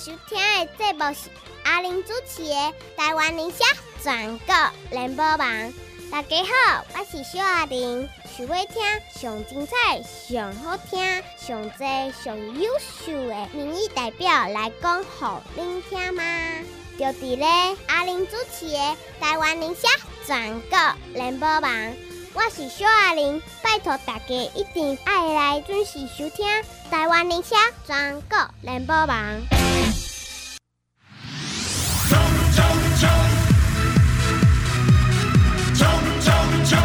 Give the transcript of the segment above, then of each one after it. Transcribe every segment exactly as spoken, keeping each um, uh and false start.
收听的节目是阿玲主持的台湾宁夏全国联播网。大家好，我是小阿玲，想要听上精彩、上好听、上多、上优秀的民意代表来讲给您听吗？就伫咧阿玲主持的台湾宁夏全国联播网。我是小阿玲，拜托大家一定爱来准时收听台湾宁夏全国联播网。 冲冲冲！冲冲冲！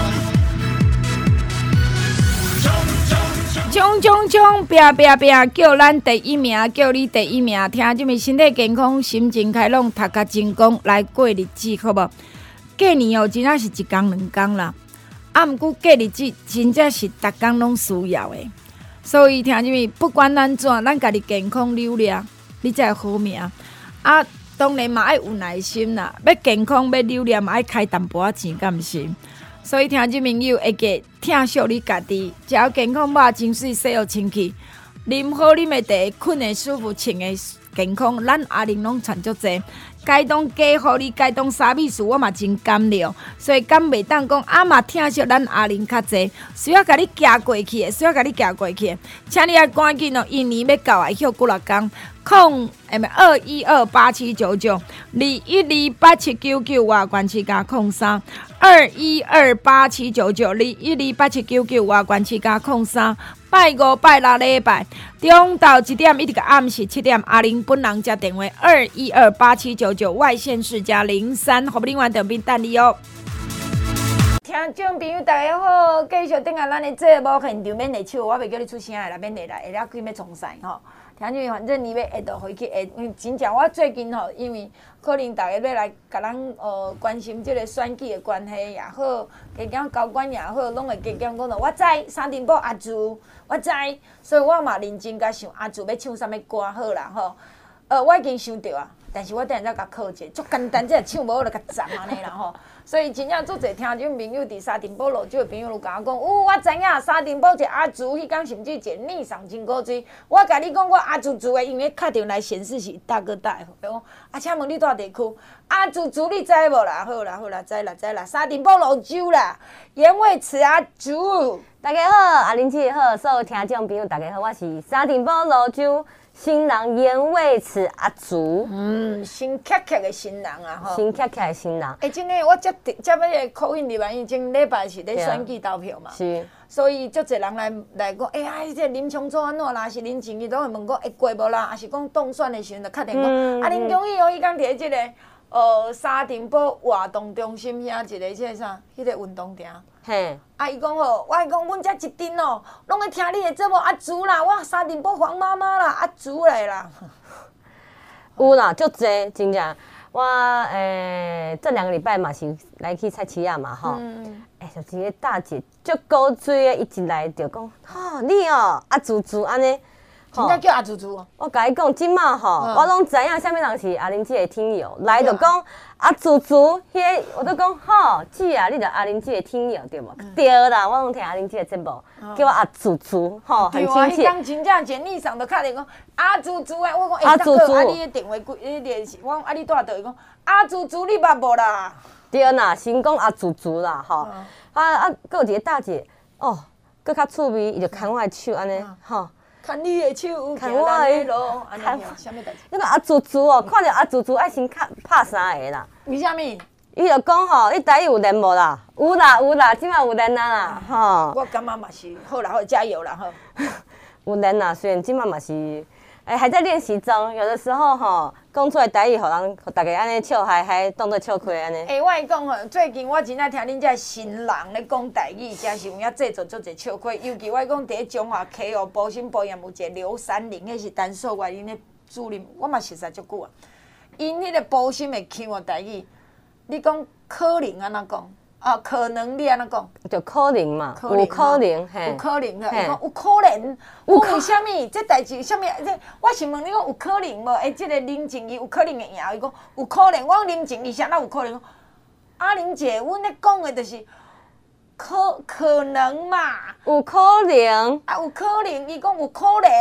冲冲冲！拼拼拼！叫咱第一名，叫你第一名。听这么身体健康，心情开朗，读甲成功，来过日子，好无？过年哦，真正是一天两天啦。啊，毋过过日子真正是逐工拢需要的，所以听什么，不管咱怎，咱家己健康流量，你才会好命。啊，当然嘛爱有耐心啦，要健康要流量嘛爱开淡薄仔钱，敢毋是？所以听众朋友会记疼惜你家己，食好健康饱，真水洗好清气，啉好啉的茶，困的舒服，穿的健康，咱阿玲拢传足济。该当加互你，该当啥物事我嘛真甘了，所以敢袂当讲啊嘛疼惜咱阿玲较济，需要甲你行过去的，需要甲你行过去的，请你啊赶紧哦，一年要到啊，休几六天，空诶咪二一二八七九九，二一二八七九九外关七加空三，二一二八七九九，二一二八七九九外关七加空三。拜五拜六礼拜，中昼一点一直到暗时七点，阿玲本人接电话二一二八七九九，外县市加零三，互另外等边等你哦。听众朋友大家好，继续等下咱的节目现场免下手，我袂叫你出声的啦，免下来，下了开要冲赛吼。听众反正你要下到回去下，因为真正我最近吼，因为可能大家要来甲咱呃关心即个选举的关系也好，加减高官也好，拢会加减讲到我知三重埔阿朱，我知，所以我嘛认真甲想阿朱要唱啥物歌好啦吼。呃，我已经想到啊，但是我等下再甲考一下，足简单，即个唱无我就甲赞安尼啦吼。所以真正足侪听众朋友伫三重埔路，即个朋友就甲我讲，哦，我知影三重埔一个阿朱，迄天甚至一个逆上真古锥。我甲你讲，我阿朱朱的，因为确定来显示是大哥大的。讲啊，请问你住地区？阿朱朱你知无啦？好啦好啦，知啦知啦，三重埔路州啦，盐味池阿朱。 大家好，阿玲姐好，所有听众朋友大家好，我是三重埔路州新人盐味池阿朱。 嗯，新恰恰的新人啊吼。 新恰恰的新人。 哎、欸，真诶，我接接迄个口音入来，因为前礼拜是咧选举投票嘛。 是。 所以足侪人来来讲，哎、欸、呀，迄个林冲做安怎啦？是林前伊拢会问讲会过无啦？还是讲当选的时阵就确定讲，嗯、啊，林恭喜哦，伊讲伫即个呃三重埔活动中心遐一个即个啥，迄、那个运动场。嘿。啊，伊讲吼，我讲阮遮一阵哦，拢会听你的节目阿朱啦，我三重埔黄妈妈啦，阿朱来啦。 有啦，足侪真正。我诶，这两个礼拜嘛是来去菜市仔嘛吼。嗯。诶、欸，就是个大姐足古锥的，伊一来就讲，吼、哦、你哦阿朱朱安尼。 真正叫阿朱朱哦。 我甲伊讲，即马吼，嗯、我拢知影啥物人是阿玲姐的听友，来就讲阿朱朱，迄个我都讲吼，姐啊，你着阿玲姐的听友对无？嗯、对啦，我拢听阿玲姐的节目，嗯、叫我阿朱朱，吼，很亲切。 对啊，迄天真正简历上都确定讲阿朱朱诶，我讲阿朱朱，啊你的电话几诶联系，我讲啊你住倒？伊讲阿朱朱你捌无啦？ 对啦，先讲阿朱朱啦，吼，啊啊，佫有一个大姐，哦，佫较趣味，伊就牵我的手安尼，吼。 牵你的手，行咱的路，安尼啥物代志？ 那个阿朱朱哦，看到阿朱朱爱先拍拍三个啦。 为虾米？ 伊就讲吼，你台语有练无啦？有啦有啦，即摆有练啊啦，吼。 我感觉嘛是，好啦好，加油啦吼。 有练啦，虽然即摆嘛是，哎，还在练习中。有的时候吼，讲出来台语，互人互大家安尼笑嗨嗨，当做笑亏安尼。 哎、欸，我会讲吼，最近我真爱听恁遮新人咧讲台语，真是有影制作足侪笑亏。尤其我讲伫咧中华溪哦，保心保养有一个刘三林，迄是单数外因咧主任，我嘛熟悉足久啊。因迄个保心的腔哦台语，你讲可能安怎讲？啊，可能你安怎讲？ 就可能嘛，有可能， 嘿，有可能，伊讲有可能，有为虾米？这代志虾米？这我是问你讲有可能无？诶，这个林静怡有可能会赢？伊讲有可能，我讲林静怡啥哪有可能？阿玲姐，阮咧讲的就是可可能嘛， 有可能， 啊有可能，伊讲有可能。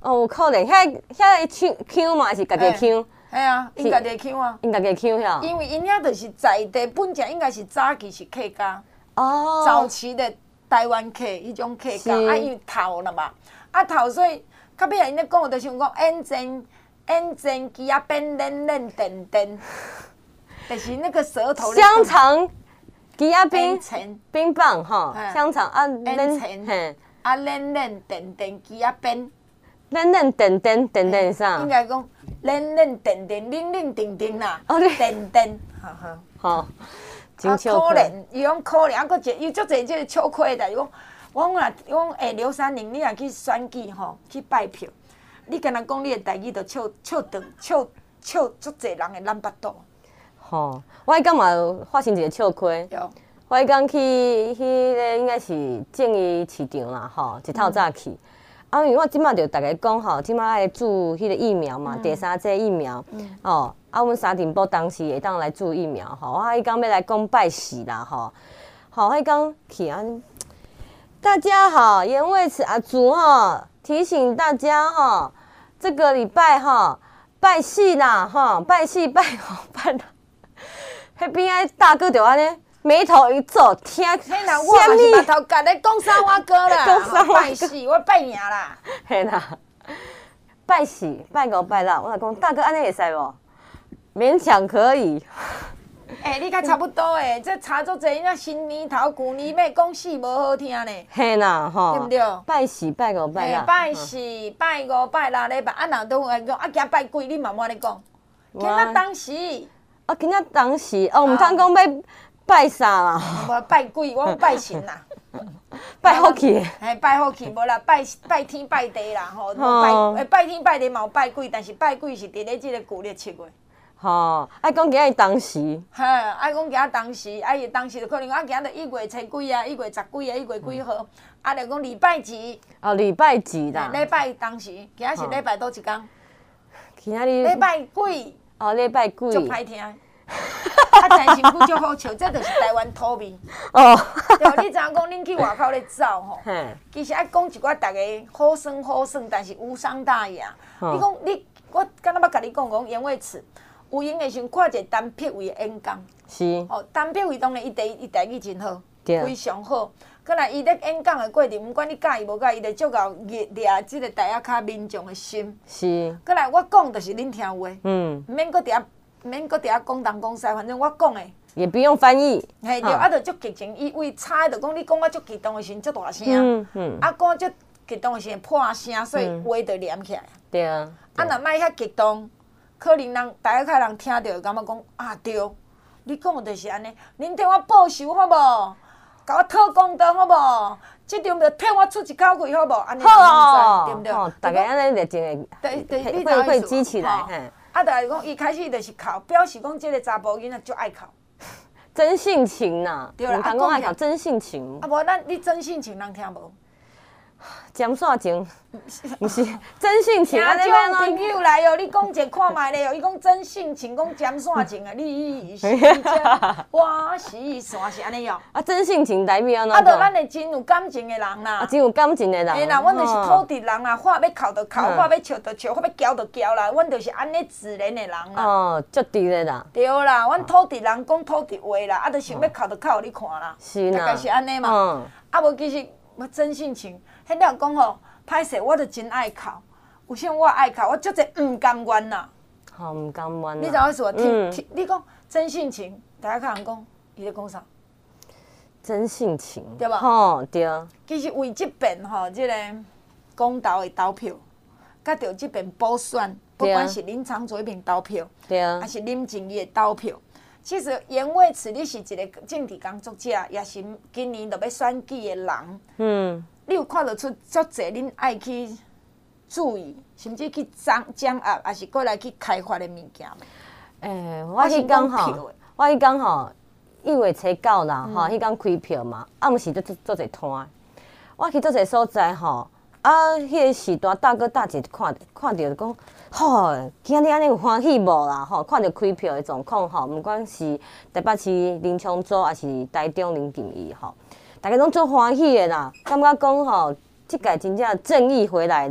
哦，有可能，遐遐抢抢嘛，是家己抢。 系啊，因家己抢啊。 因家己抢遐。 因为因遐就是在地本正应该是早期是客家。 哦。 早期的台湾客迄种客家，啊因为头啦嘛，啊头所以，到尾啊因咧讲，就想讲眼前眼前鸡啊变嫩嫩甜甜，就是那个舌头。 香肠。鸡仔冰冰冰棒吼，香肠啊嫩嘿，啊嫩嫩甜甜鸡仔冰， 嫩嫩甜甜甜甜啥？ 应该讲嫩嫩甜甜、冷冷甜甜啦， 哦对， 甜甜，哈哈， 好， 真可怜，伊讲可怜，啊，佫一伊足侪即个笑亏的，伊讲，我讲啦，讲诶，刘三玲，你若去选举吼，去拜票，你敢若讲你的台语，就笑笑长笑笑足侪人的懒巴肚。 吼，我迄天嘛有发生一个笑亏。我迄天去迄个应该是正义市场啦，吼，一透早去。啊，因为我即摆就逐个讲吼，即摆爱注迄个疫苗嘛，第三剂疫苗。哦，啊，阮沙尘暴当时会当来注疫苗，吼，我迄天要来讲拜喜啦，吼。吼，迄天去啊，大家好，盐味池阿竹吼，提醒大家吼，这个礼拜吼拜喜啦，吼，拜喜拜好拜啦。迄边仔大哥就安尼眉头一皱，听啥物？ 嘿啦，我嘛是头甲咧讲三花哥啦， 讲三花拜死，我拜赢啦。 嘿啦，拜四、拜五、拜六，我来讲大哥安尼会使无？勉强可以。 哎、欸，你甲差不多诶，这差足济，那新年头、旧年尾讲死无好听呢。 嘿啦，吼， 对不对？ 拜四、拜五、拜六。 拜四、拜五、拜六礼拜，啊，若都有讲啊，惊拜鬼，你嘛莫咧讲。今仔当时。 啊，今仔当时哦，毋通讲要拜啥啦？ 无拜鬼，我拜神啦。 拜福气。 嘿，拜福气，无啦，拜拜天拜地啦，吼。拜诶，拜天拜地嘛有拜鬼，但是拜鬼是伫咧即个旧历七月。 吼，爱讲今仔当时。 嘿，爱讲今仔当时，啊伊当时就可能啊，今仔一月初几啊，一月十几啊，一月几号，啊，就讲礼拜几。 哦，礼拜几啦？ 礼拜当时，今仔是礼拜倒一天？ 今仔日。 礼拜几？ 哦，礼拜几？ 足歹听，啊，但身躯足好笑，这就是台湾土味。 哦， 对，你知影讲恁去外口咧走吼，其实爱讲一寡大家好耍好耍，但是无伤大雅。你讲你，我敢若捌甲你讲讲盐味池，有闲的时阵看一个单撇位的演讲。 是。 哦，单撇位当然伊第伊台语真好，非常好。搁来伊咧演讲的过程，毋管你介意无介意，就足够掠掠即个台下骹民众的心。 是。 搁来我讲就是恁听话， 嗯， 免搁伫遐免搁伫遐讲东讲西，反正我讲的。 也不用翻译。 嘿，对，啊，就足激情，伊为差就讲你讲我足激动的时阵，足大声。嗯嗯。啊，讲足激动的时阵破声，所以话就连起来。 对啊。 啊，若莫遐激动，可能人台下骹人听着感觉讲啊对，你讲的就是安尼，恁替我报仇好无？甲我讨公道好无？即场就替我出一口气好无？安尼好， 对不对？ 大家安尼热情会会会激起来。 啊，就是讲伊开始就是哭，表示讲即个查甫囡仔足爱哭， 真性情呐。对啦，讲爱哭真性情。 啊，无咱你真性情人听无？ 尖线情，毋是真性情。 啊，种朋友来哦，你讲者看卖咧哦，伊讲真性情，讲尖线情啊，你是这，我是山是安尼哦。 啊，真性情代表安怎？ 啊，就咱会真有感情的人啦。 啊，真有感情的人。 嘿啦，阮就是土地人啦，话要哭就哭，话要笑就笑，话要骄就骄啦，阮就是安尼自然的人啦。 哦，足直的啦。 对啦，阮土地人讲土地话啦，啊，就想要哭就哭，互你看啦。 是啦。 大概是安尼嘛。啊，无其实我真性情。迄了讲吼，歹势，我就真爱哭。有啥我爱哭，我足侪毋甘愿啦。 吼，毋甘愿。 你知影说听听，你讲真性情，大家看人讲，伊咧讲啥？ 真性情， 对吧？ 吼，对。 其实为即边吼，即个公投的投票，甲着即边补选，不管是林长佐迄边投票， 对啊， 还是林静怡的投票。其实盐味池你是一个政治工作者，也是今年就要选举的人。嗯。你有看得出足侪恁爱去注意，甚至去掌掌握，还是过来去开发的物件？ 诶，我迄天吼，我迄天吼，一月初九啦，吼，迄天开票嘛，暗时足足足侪摊。我去足侪所在吼，啊，迄个时段大哥大姐看看着讲，吼，今日安尼有欢喜无啦？吼，看着开票的状况吼，毋管是台北市林昌祖，还是台中林景怡吼。大家拢足欢喜的啦，感觉讲吼，即届真正正义回来了，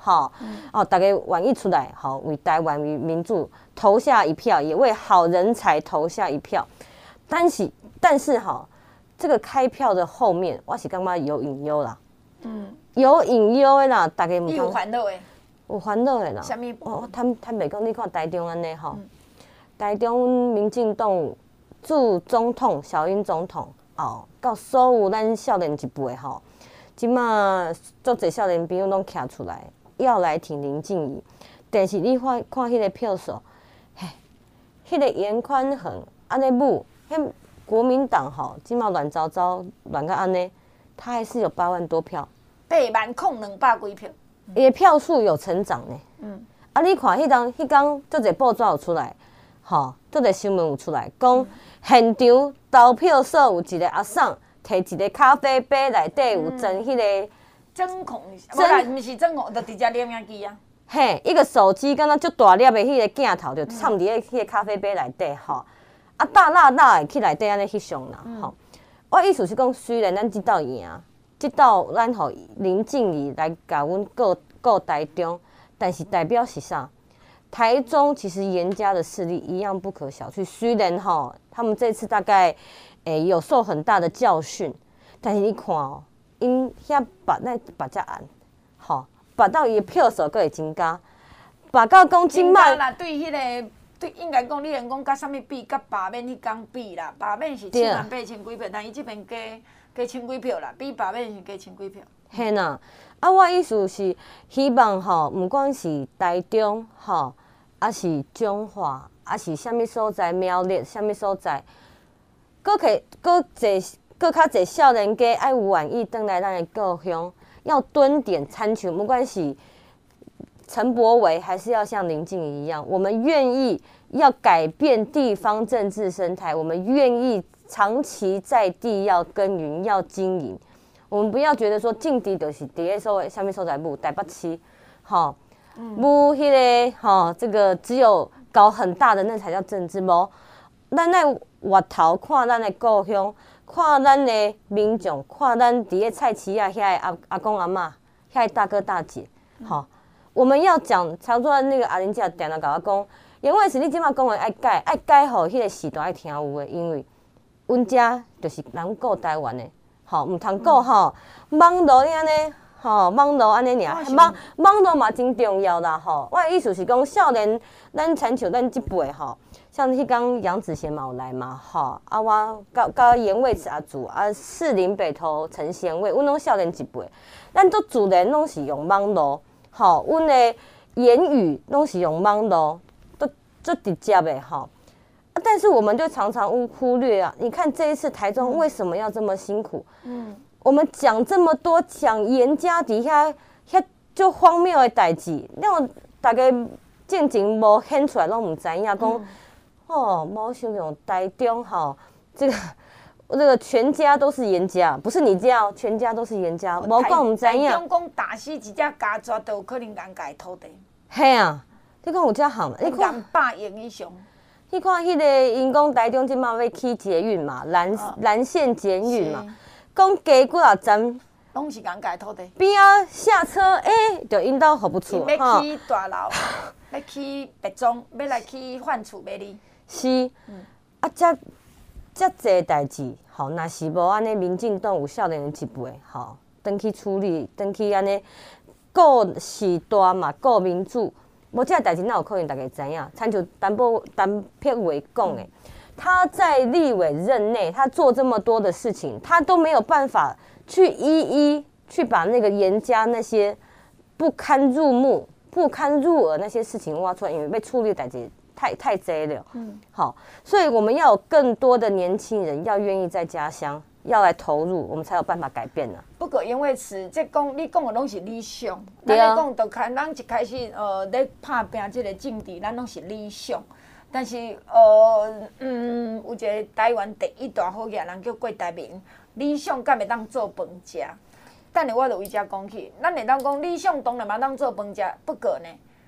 哈，哦，大家愿意出来，好为台湾为民主投下一票，也为好人才投下一票。但是，但是哈，这个开票的后面，我是感觉有隐忧啦，嗯，有隐忧的啦，大家唔有烦恼的， 有烦恼的啦。 什么？ 哦，坦坦白讲，你看台中安尼吼，台中民进党驻总统小英总统哦，到所有咱少年一辈吼。即马足侪少年朋友拢徛出来，要来挺林静怡，但是你看看迄个票数，嘿，迄个严宽恒安尼母，迄国民党吼，即马乱糟糟乱到安尼，他还是有八万多票， 八万空两百几票， 伊的票数有成长呢。嗯，啊，你看迄当迄天足侪报纸有出来，吼，足侪新闻有出来，讲现场投票所有一个阿嬸。摕一个咖啡杯内底有装迄个针孔，无啦，毋是针孔，就直接摄影机啊。 嘿，一个手机，敢若足大粒的迄个镜头，就插伫个迄个咖啡杯内底吼。啊，大辣辣的去内底安尼翕相啦吼。我意思是讲，虽然咱即道赢，即道咱互林静怡来甲阮告告台中，但是代表是啥？台中其实严家的势力一样不可小觑。虽然吼，他们这次大概。诶、欸，有受很大的教训，但是你看哦，因遐拔那拔遮暗，吼，拔到伊票数阁会增加，拔到讲今摆啦，对迄、那个对应该讲，你连讲甲啥物比，甲罢免迄天比啦，罢免是七万八千几票，但伊即边加加千几票啦，比罢免是加千几票。 嘿呐，啊，我意思是希望吼，毋管是台中吼，还是中华，还是啥物所在，苗栗啥物所在。搁可搁侪搁较侪少年家爱有愿意转来咱的故乡，要蹲点参像，不管是陈柏惟，还是要像林静怡一样，我们愿意要改变地方政治生态，我们愿意长期在地要耕耘，要经营。我们不要觉得说政治就是伫个所谓啥物所在母台北市，吼，母迄个吼，这个只有搞很大的那才叫政治，无咱在外头看咱的故乡，看咱的民众，看咱伫个菜市啊，遐个阿阿公阿嬷，遐个大哥大姐，吼、嗯，我们要讲，差不多那个阿玲姐定定甲我讲，因为是你即马讲的爱改，爱改吼，迄个时代爱听有的，因为阮遮就是人顾台湾的，吼，毋通顾吼网络安尼，吼网络安尼尔，网网络嘛真重要啦，吼，我的意思是讲，少年咱亲像咱即辈吼。像迄刚杨子贤嘛有来嘛，吼，啊我甲甲严卫慈阿祖啊，士林北投陈贤伟，阮拢少年一辈，咱都自然拢是用网络，吼，阮的言语拢是用网络，都都直接的吼。但是我们就常常忽忽略啊，你看这一次台中为什么要这么辛苦？嗯，我们讲这么多，讲严家底下遐就荒谬的代志，那种大家进前无显出来，拢唔知影讲。嗯哦，冇想用台中吼，这个这个全家都是严家，不是你家，全家都是严家，无讲唔知影。 台中讲打死一只家族都有可能人家土地。 嘿啊，你讲有遮行？ 你看百亿以上。 你看迄个因讲台中即马要起捷运嘛，蓝、哦、蓝线捷运嘛，讲加几啊站。 拢是人家土地。 边啊下车，哎、欸，就因兜好不错。 要起大楼，要起别庄，要来起换厝卖哩。 是，嗯、啊，遮遮济代志，吼，若是无安尼，民进党有少年的一辈，吼，登去处理，登去安尼，顾时代嘛，顾民主，无遮代志，哪有可能大家知影？参像陈柏陈柏惟讲的，嗯、他在立委任内，他做这么多的事情，他都没有办法去一一去把那个严家那些不堪入目、不堪入耳那些事情挖出来，因为被处理的代志。太太贼了，嗯，好，所以我们要有更多的年轻人要愿意在家乡要来投入，我们才有办法改变呢。 不过因为是这讲，你讲的拢是理想，咱咧讲就开，咱一开始呃咧拍拼这个政治，咱拢是理想，但是呃嗯，有一个台湾第一大好野人叫郭台铭，理想敢会当做饭食？等下我就为遮讲起，咱会当讲理想当然嘛当做饭食，不过呢。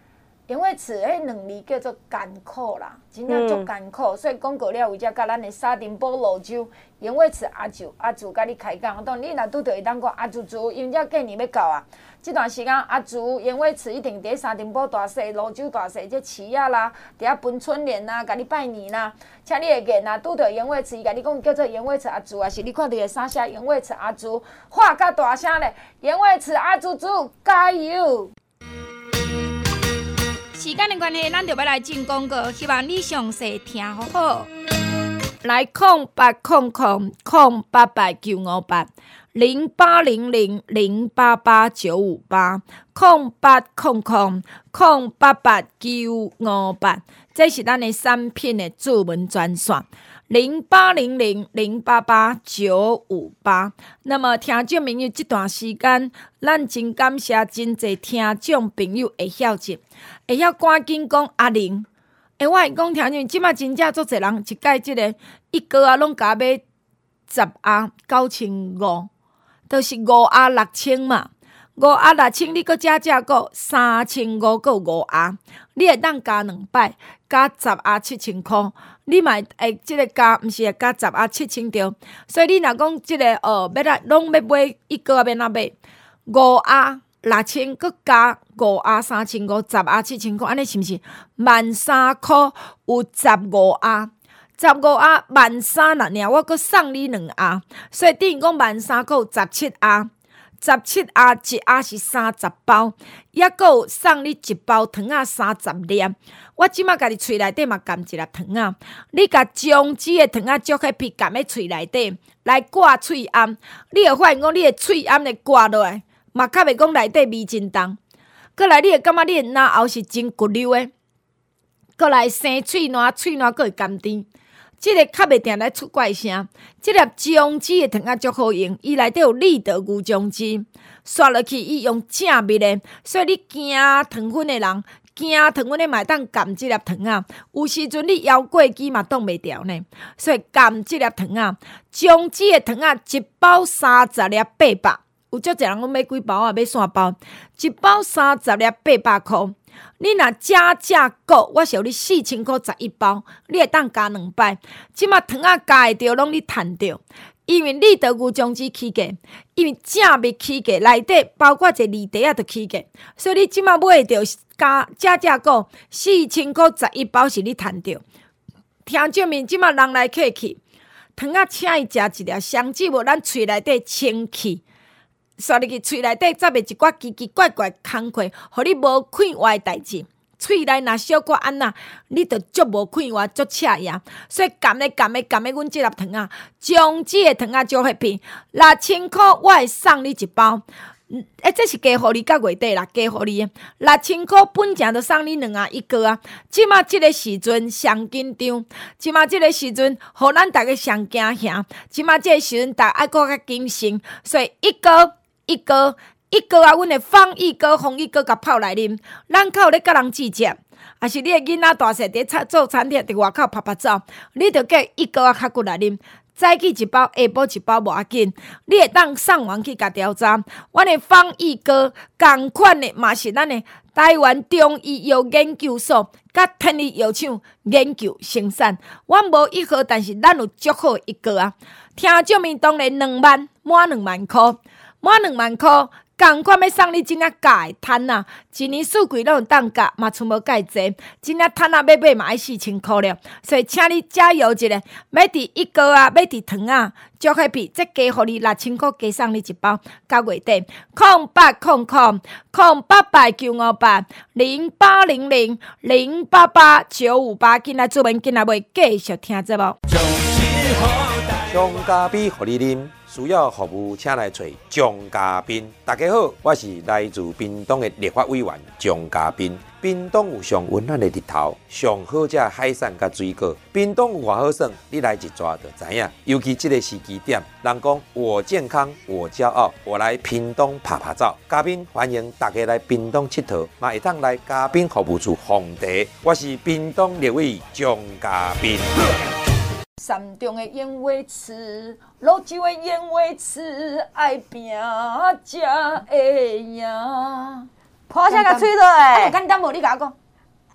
盐味池迄两字叫做艰苦啦，真正足艰苦，嗯、所以广告了，为才甲咱的沙丁堡泸州盐味池阿舅阿祖甲你开讲，当你若拄着伊当讲阿祖祖，因为这过年要到啊，这段时间阿祖盐味池一定伫沙丁堡大细、泸州大细这市啊啦，伫遐奔春联啦，甲你拜年啦，请你会记若拄着盐味池，伊甲你讲叫做盐味池阿祖，还是你看到的啥写盐味池阿祖，喊甲大声咧，盐味池阿祖祖加油！时间的关系，咱就要来进广告，希望你详细听好好。来空八空空空八八九五八零八零零零八八九五八空八空空空八八九五八，这是咱的产品的注文专线。零八零零零八八九五八。那么，听众朋友，这段时间，咱真感谢真侪听众朋友会晓接，会晓赶紧讲阿玲。诶，我会讲听众，即马真正足侪人一届即个一个啊，拢加买十盒九千五，都、就是五盒六千嘛。五盒六千，你搁加价个三千五，搁五盒，你会当加两摆，加十盒七千箍。你嘛会即个加，毋是会加十盒七千着。所以你若讲即个哦，要来拢要买一个要哪买？五盒六千，搁加五盒三千五，十盒七千箍，安尼是毋是万三箍有十五盒？十五盒万三啦，尔我搁送你两盒，所以等于讲万三箍有十七盒。十七盒一盒是三十包，抑阁有送你一包糖仔三十粒。我即马家己喙内底嘛含一粒糖仔，你甲姜子的糖仔灼起皮含喺喙内底，来挂喙暗，你会发现讲你的喙暗会挂落来，嘛较袂讲内底味真重。过来你会感觉你的咽喉是真骨溜的，过来生喙烂，喙烂阁会甘甜。即个较袂定来出怪声，即粒姜子的糖仔足好用，伊内底有立德牛姜子，刷落去伊用正密的，所以你惊糖分的人，惊糖分的嘛当含即粒糖仔，有时阵你腰过肌嘛挡袂牢呢，所以含即粒糖仔，姜子的糖仔一包三十粒八百，有足侪人讲买几包啊？买三包，一包三十粒八百箍。你若加价购，我是予你四千箍十一包，你会当加两摆。即马糖仔加会着，拢你趁着，因为立德牛姜子起价，因为正密起价，内底包括一个二袋仔都起价，所以你即马买着加加价购四千箍十一包是你趁着。听证明即马人来客去，糖仔请伊食一粒，上至无咱喙内底清气。刷入去喙内底，则袂一寡奇奇怪怪空气，互你无快活的代志。喙内若小可安那，你着足无快活，足赤牙。所以含咧含咧含咧，阮即粒糖仔，姜子的糖仔足合片，六千箍我会送你一包。诶，这是加互你到月底啦，加互你六千箍本钱就送你两盒一个啊！即马即个时阵上紧张，即马即个时阵，互咱逐个上惊吓。即马即个时阵，逐个爱搁较谨慎，所以一个。一个一个啊，阮的防疫膏、防疫膏甲泡来啉，咱较有咧甲人计价，还是你的囡仔大细伫做餐厅伫外口拍拍照，你着叫一个啊较骨来啉。早起一包，下晡一包无要紧，你会当上网去甲调查。阮的防疫膏同款的嘛是咱的台湾中医药研究所甲天理药厂研究生产。阮无一号，但是咱有足好一个啊。听证明当然两万满两万箍。满两万箍，同款要送你真正假的摊啊！一年四季拢有当价，嘛剩无介济，真正摊啊要买嘛爱四千箍了。所以请你加油一下，要伫一个啊，要伫糖啊，足海皮，再加互你六千箍，加送你一包，到月底空八空空空八八九五八零八零零零八八九五八，进来主文进来袂继续听节目。 姜咖啡互你啉。需要服务，请来找姜家斌。大家好，我是来自屏东的立法委员姜家斌。屏东有上温暖的日头，上好食海产甲水果。屏东有偌好耍，你来一抓就知影。尤其这个时机点，人讲我健康我骄傲，我来屏东拍拍照。嘉宾欢迎大家来屏东佚佗，嘛会当来嘉宾服务处奉茶。我是屏东立委姜家斌。 山中的烟味池，泸州的烟味池，爱拼才会赢。 破声甲吹落诶！ 啊，简单无你甲我讲。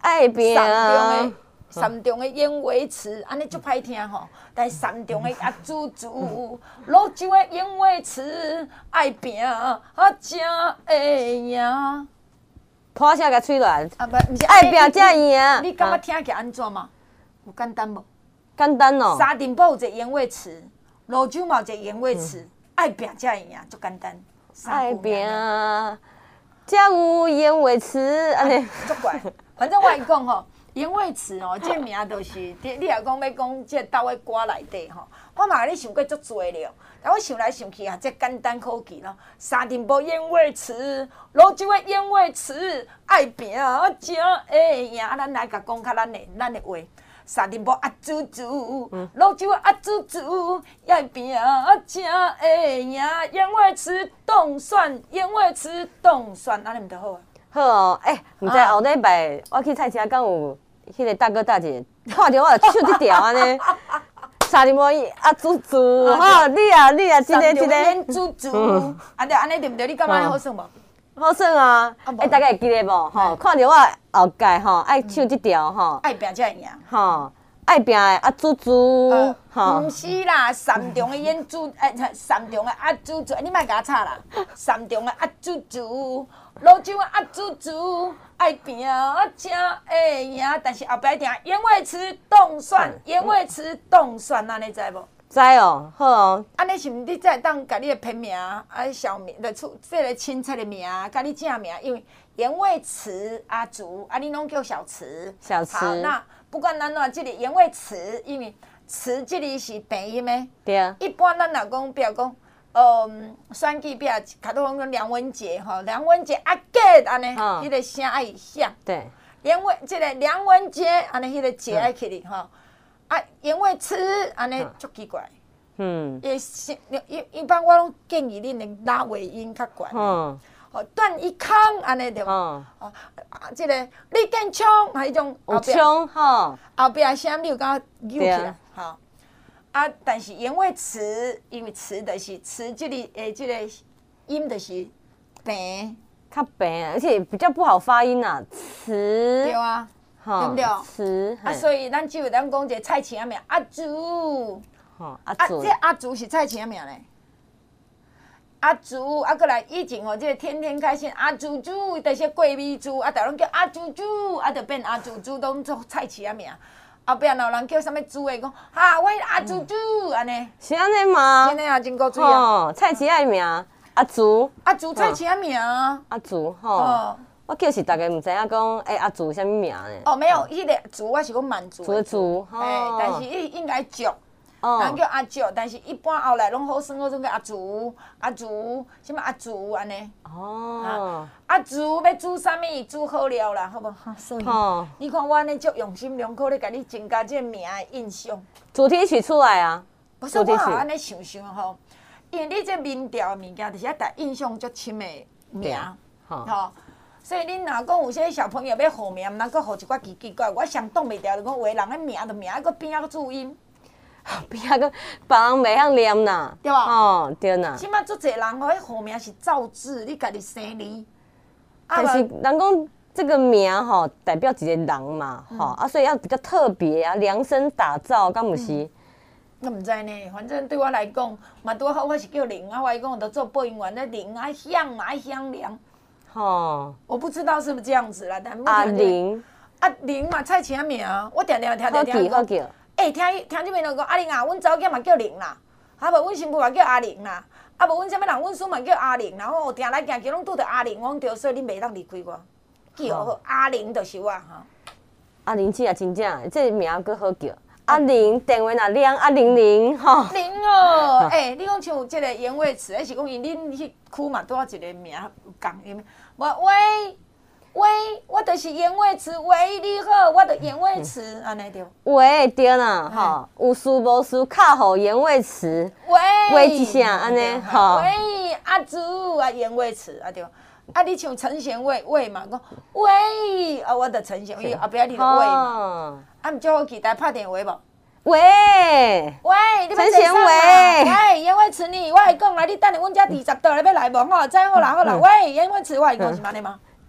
爱拼山中的山中的燕尾池，安尼足歹听吼。但是山中的阿祖祖，泸州的燕尾池，爱拼啊才会赢。 破声甲吹落来， 啊不，毋是爱拼才赢。 你感觉听起来安怎嘛？有简单无？ 简单哦。 沙丁堡有一个燕尾池，泸州嘛有一个燕尾池，爱拼才会赢，足简单。 爱拼才有燕尾池，安尼足怪。反正我跟你讲吼。燕尾池哦，这名就是，你你若讲要讲这倒位歌内底吼，我嘛咧想过足多了，但我想来想去啊，这简单可记咯。沙丁堡燕尾池，泸州的燕尾池，爱拼才会赢。啊，咱来甲讲较咱的咱的话，沙丁堡阿祖祖，泸州的阿祖祖，爱拼才会赢。燕尾池冻蒜，燕尾池冻蒜，安尼毋就好啊？ 好哦，诶、欸，毋知后礼拜我去菜市敢有迄个大哥大姐看着我就唱即条安尼，沙丁堡啊祖祖，吼，你啊你啊，真个真个祖祖，安尼安尼对毋对？你感觉好耍无？ 好耍啊！诶，大家会记得无？吼，看着我后盖吼爱唱即条吼， 爱拼才会赢。 吼，爱拼的啊祖祖，吼， 毋是啦，山中的燕祖，诶，山中的啊祖祖，你莫甲我吵啦，山中的啊祖祖。泸州的阿祖祖爱拼才会赢，但是后壁听燕尾池冻蒜，燕尾池冻蒜，安尼知无？ 知哦，好哦。 安尼是毋你才会当甲你的片名、啊小名、来出这个亲戚的名、甲你正名，因为燕尾池阿祖，啊你拢叫小池。 小池。 好，那不管咱怎，这个燕尾池，因为池这里是平音的。 对。 一般咱若讲，比如讲。嗯，选举比较，卡到讲梁文杰吼，梁文杰阿杰安尼，迄个声爱响。 对。 梁文，即个梁文杰安尼，迄个杰爱起哩吼。啊，燕尾池安尼足奇怪。嗯。也是一一般我拢建议恁的拉尾音较悬。嗯。哦，段一康安尼对无？哦。啊，即个李建昌啊，迄种有枪吼。 后壁声你有甲扭起来，吼。啊，但是燕尾池，因为池就是池这里诶，这个音就是平， 较平，而且比较不好发音呐，池。 对啊，对不对？ 池。 啊，所以咱就咱讲一个菜市仔名阿祖。 吼，阿祖。啊，这阿祖是菜市仔名咧。阿祖，啊，过来以前哦，这个天天开心阿祖祖，就是桂米猪，啊，大家拢叫阿祖祖，啊，就变阿祖祖，拢做菜市仔名。后壁若有人叫啥物猪的，讲哈，我阿祖祖安尼。 是安尼吗？ 真诶啊，真古锥啊！ 菜市仔名阿祖。 阿祖菜市仔名。 阿祖吼。我叫是大家毋知影讲，诶阿祖啥物名呢？ 哦，没有，迄个祖我是讲满族。 族的族。 哎，但是伊应该族，人叫阿族，但是一般后来拢好算好算叫阿祖，阿祖，什么阿祖安尼。哦。阿祖要煮啥物？煮好料啦，好无？所以你看我安尼足用心良苦咧，甲你增加这个名的印象。 主题曲出来啊！ 不是我安尼想想吼，因为你这民调物件就是要带印象足深的名，吼。所以恁若讲有些小朋友要号名，毋通搁号一寡奇奇怪，我上挡袂牢，就讲有的人的名就名还搁边仔搁注音。 边仔个别人袂晓念呐， 对吧？ 哦，对呐。 即摆足侪人吼，迄号名是造字，你家己生字。 但是人讲这个名吼，代表一个人嘛，吼啊，所以要比较特别啊，量身打造，敢毋是？ 我毋知呢，反正对我来讲，嘛拄好我是叫林啊，我讲着做播音员，那林啊响嘛爱响亮。吼，我不知道是不是这样子啦，但阿玲， 阿玲嘛菜市仔名，我定定听听听好叫。 哎，听听这边人讲阿玲啊，阮查某囝嘛叫玲啦，啊无阮新妇嘛叫阿玲啦，啊无阮啥物人，阮孙嘛叫阿玲，然后定来行去拢拄着阿玲，我讲对，所以你袂当离开我，叫好阿玲就是我哈。 阿玲姐也真正，这名佫好叫。阿玲电话若亮，阿玲玲吼。 玲哦，哎，你讲像这个言尾词，还是讲因恁迄区嘛拄啊一个名有共音？我喂。喂，我就是言尾词，喂你好，我就言尾词，安尼对。 喂，对啦，吼，有事无事卡互言尾词， 喂， 喂一声安尼，吼。 喂，阿祖啊，言尾词啊对。啊，你像陈贤喂喂嘛，讲喂，啊我就陈贤喂，后壁你就喂嘛。啊，毋叫我期待拍电话无？ 喂， 喂，你陈贤喂， 喂，言尾词你，我会讲啦，你等下阮遮二十桌咧要来无？吼，再好啦好啦，喂，言尾词我会讲是安尼吗？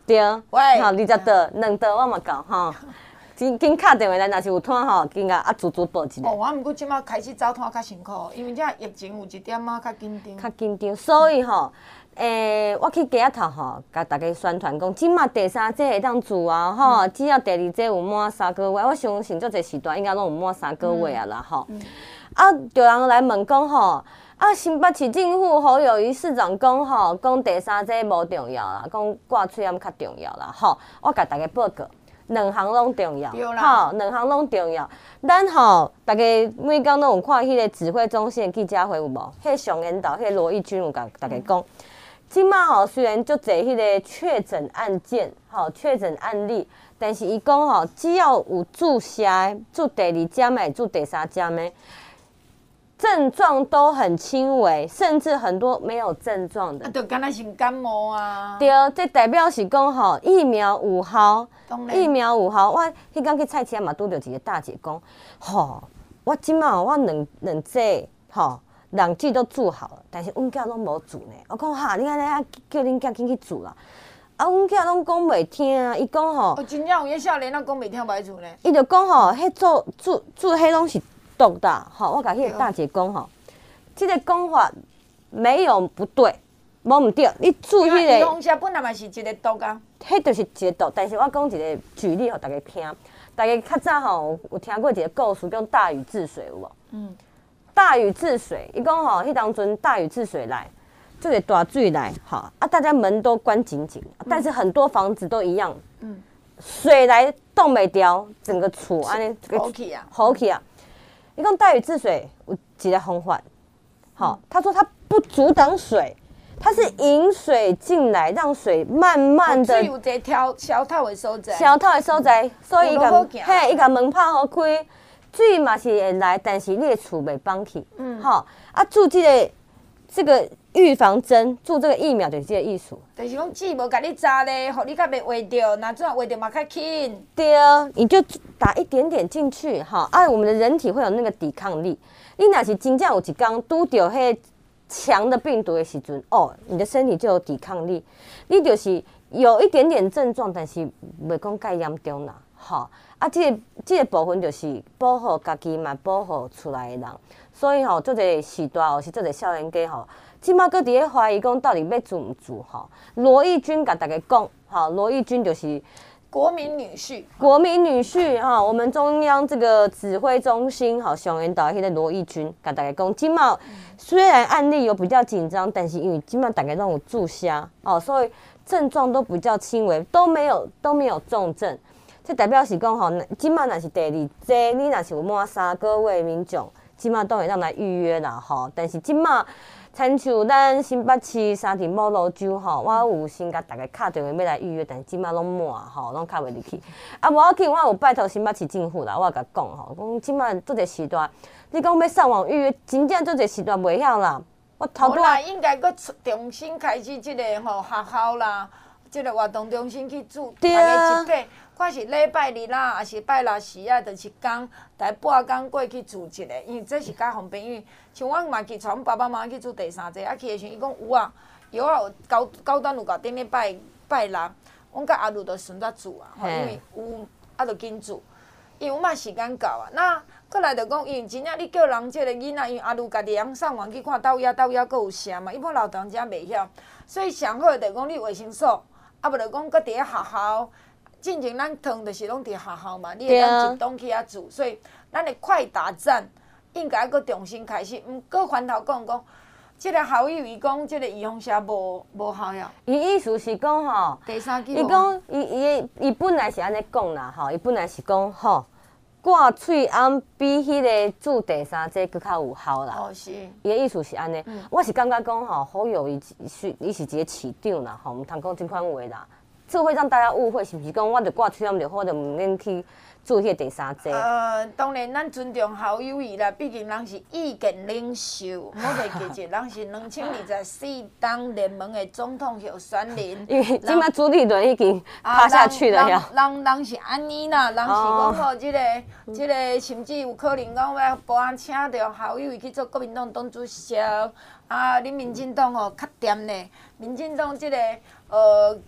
对， 喂吼，二十道，两道我嘛到吼。紧紧敲电话来，若是有摊吼，紧甲啊足足报一下。 哦，我毋过即马开始走摊较辛苦，因为这疫情有一点仔较紧张。 较紧张，所以吼，诶、我去街仔头吼，甲大家宣传讲，即马第三剂会当做啊，吼、只要第二剂有满三个月，我相信足侪时段应该拢有满三个月啊啦，吼、嗯。啊，有人来问讲吼，啊，新北市政府侯友宜市长讲吼，讲第三剂无重要啦，讲挂喙炎较重要啦，吼，我甲大家报告。两项拢重要，吼，两项拢重要。咱吼，大家每工拢有看迄个指挥中心的记者会有无？迄上言导，迄罗义军有甲大家讲，即马吼虽然足侪迄个确诊案件，吼确诊案例，但是伊讲吼，只要有注射、注第二针的、注第三针的。症状都很轻微，甚至很多没有症状的。 啊，就敢若是感冒啊。 对，这代表是讲吼，疫苗有效，疫苗有效。我迄天去菜市嘛，拄着一个大姐讲，吼，我即马我两两剂吼，两剂都注好了，但是阮囝拢无注呢。我讲哈，你安尼啊，叫恁囝紧去注啦。啊，阮囝拢讲袂听啊，伊讲吼， 哦，真正有迄少年仔讲袂听歹注呢。 伊就讲吼，迄做注注迄拢是。毒的，吼，我甲迄个大姐讲吼，即个讲法没有不对，无毋对。你注迄个， 伊红霞本来嘛是一个毒啊， 迄就是一个毒。但是我讲一个举例，互大家听。大家较早吼有听过一个故事，叫大禹治水有无？嗯。大禹治水，伊讲吼，迄当阵大禹治水来，这个大水来，吼啊，大家门都关紧紧，但是很多房子都一样，嗯，水来冻袂掉，整个厝安尼， 好起啊， 好起啊。你讲大禹治水有几个方法？好，他说他不阻挡水，它是引水进来，让水慢慢的。 水有一个跳消透的所在。 消透的所在，所以伊甲嘿，伊甲门拍好开，水嘛是会来，但是你的厝袂放去。嗯，好啊，注这个这个预防针，注这个疫苗就是这个意思。 就是讲剂无甲你扎咧，互你较袂坏掉，那这样坏掉嘛较轻。 对啊，你就打一点点进去，哈啊，我们的人体会有那个抵抗力。你若是真正有一天拄到迄强的病毒的时阵，哦，你的身体就有抵抗力。你就是有一点点症状，但是袂讲介严重啦，哈啊，这个这个部分就是保护家己嘛，保护出来的人。所以吼，做个时代或是做个少年家吼。即马搁伫咧怀疑讲到底要做毋做吼？罗义军甲大家讲，吼，罗义军就是国民女婿， 国民女婿哈，我们中央这个指挥中心哈，上元岛迄个罗义军甲大家讲，即马虽然案例有比较紧张，但是因为即马大家都有注射哦，所以症状都比较轻微，都没有都没有重症。这代表是讲吼，即马若是第二剂，你若是有满三个月民众，即马都会让来预约啦吼，但是即马。亲像咱新北市三田某路洲吼，我有先甲大家敲电话要来预约，但是即马拢满吼，拢敲袂入去。啊，无要紧，我有拜托新北市政府啦，我甲讲吼，讲即马做个时段，你讲要上网预约，真正做个时段袂晓啦。我头拄啊，应该搁重新开始即个吼学校啦，即个活动中心去做，大家一块。看是礼拜日啦，还是拜六时啊，就是讲大半工过去住一个，因为这是较方便。因为像我嘛去带阮爸爸妈妈去住第三剂，啊去的时候伊讲有啊，药啊有高高端有够顶咧拜拜六，阮甲阿鲁就顺续住啊，吼，因为有啊就紧住，因为阮嘛时间到啊。那过来就讲，因为真正你叫人即个囡仔，因为阿鲁家己通上网去看豆芽豆芽，佫有啥嘛，一般老人家袂晓，所以上好就讲你卫生所，啊无就讲佫伫咧学校。进前咱汤就是拢伫学校嘛，你会当一栋去遐住，所以咱的快打站应该搁重新开始。毋过翻头讲讲，即个校友伊讲，即个预防针无无效呀。 伊意思是讲吼， 第三剂。 伊讲伊伊伊本来是安尼讲啦吼，伊本来是讲吼，挂喙安比迄个注第三剂搁较有效啦。 哦是。 伊的意思是安尼，嗯、我是感觉讲吼，好友伊是伊是一个市长啦，吼，毋通讲即款话啦。这会让大家误会，是不是讲我着挂喙炎着好，就毋免去做迄个第三剂？ 呃，当然，咱尊重校友谊啦，毕竟人是意见领袖，唔好袂记者，人是两千二十四当联盟的总统候选人。 因为即摆朱立伦已经趴下去了呀。 人人是安尼啦，人是讲吼，即个即个，甚至有可能讲要保安请着校友去做国民党党主席。啊，恁民进党吼较掂呢，民进党即个呃。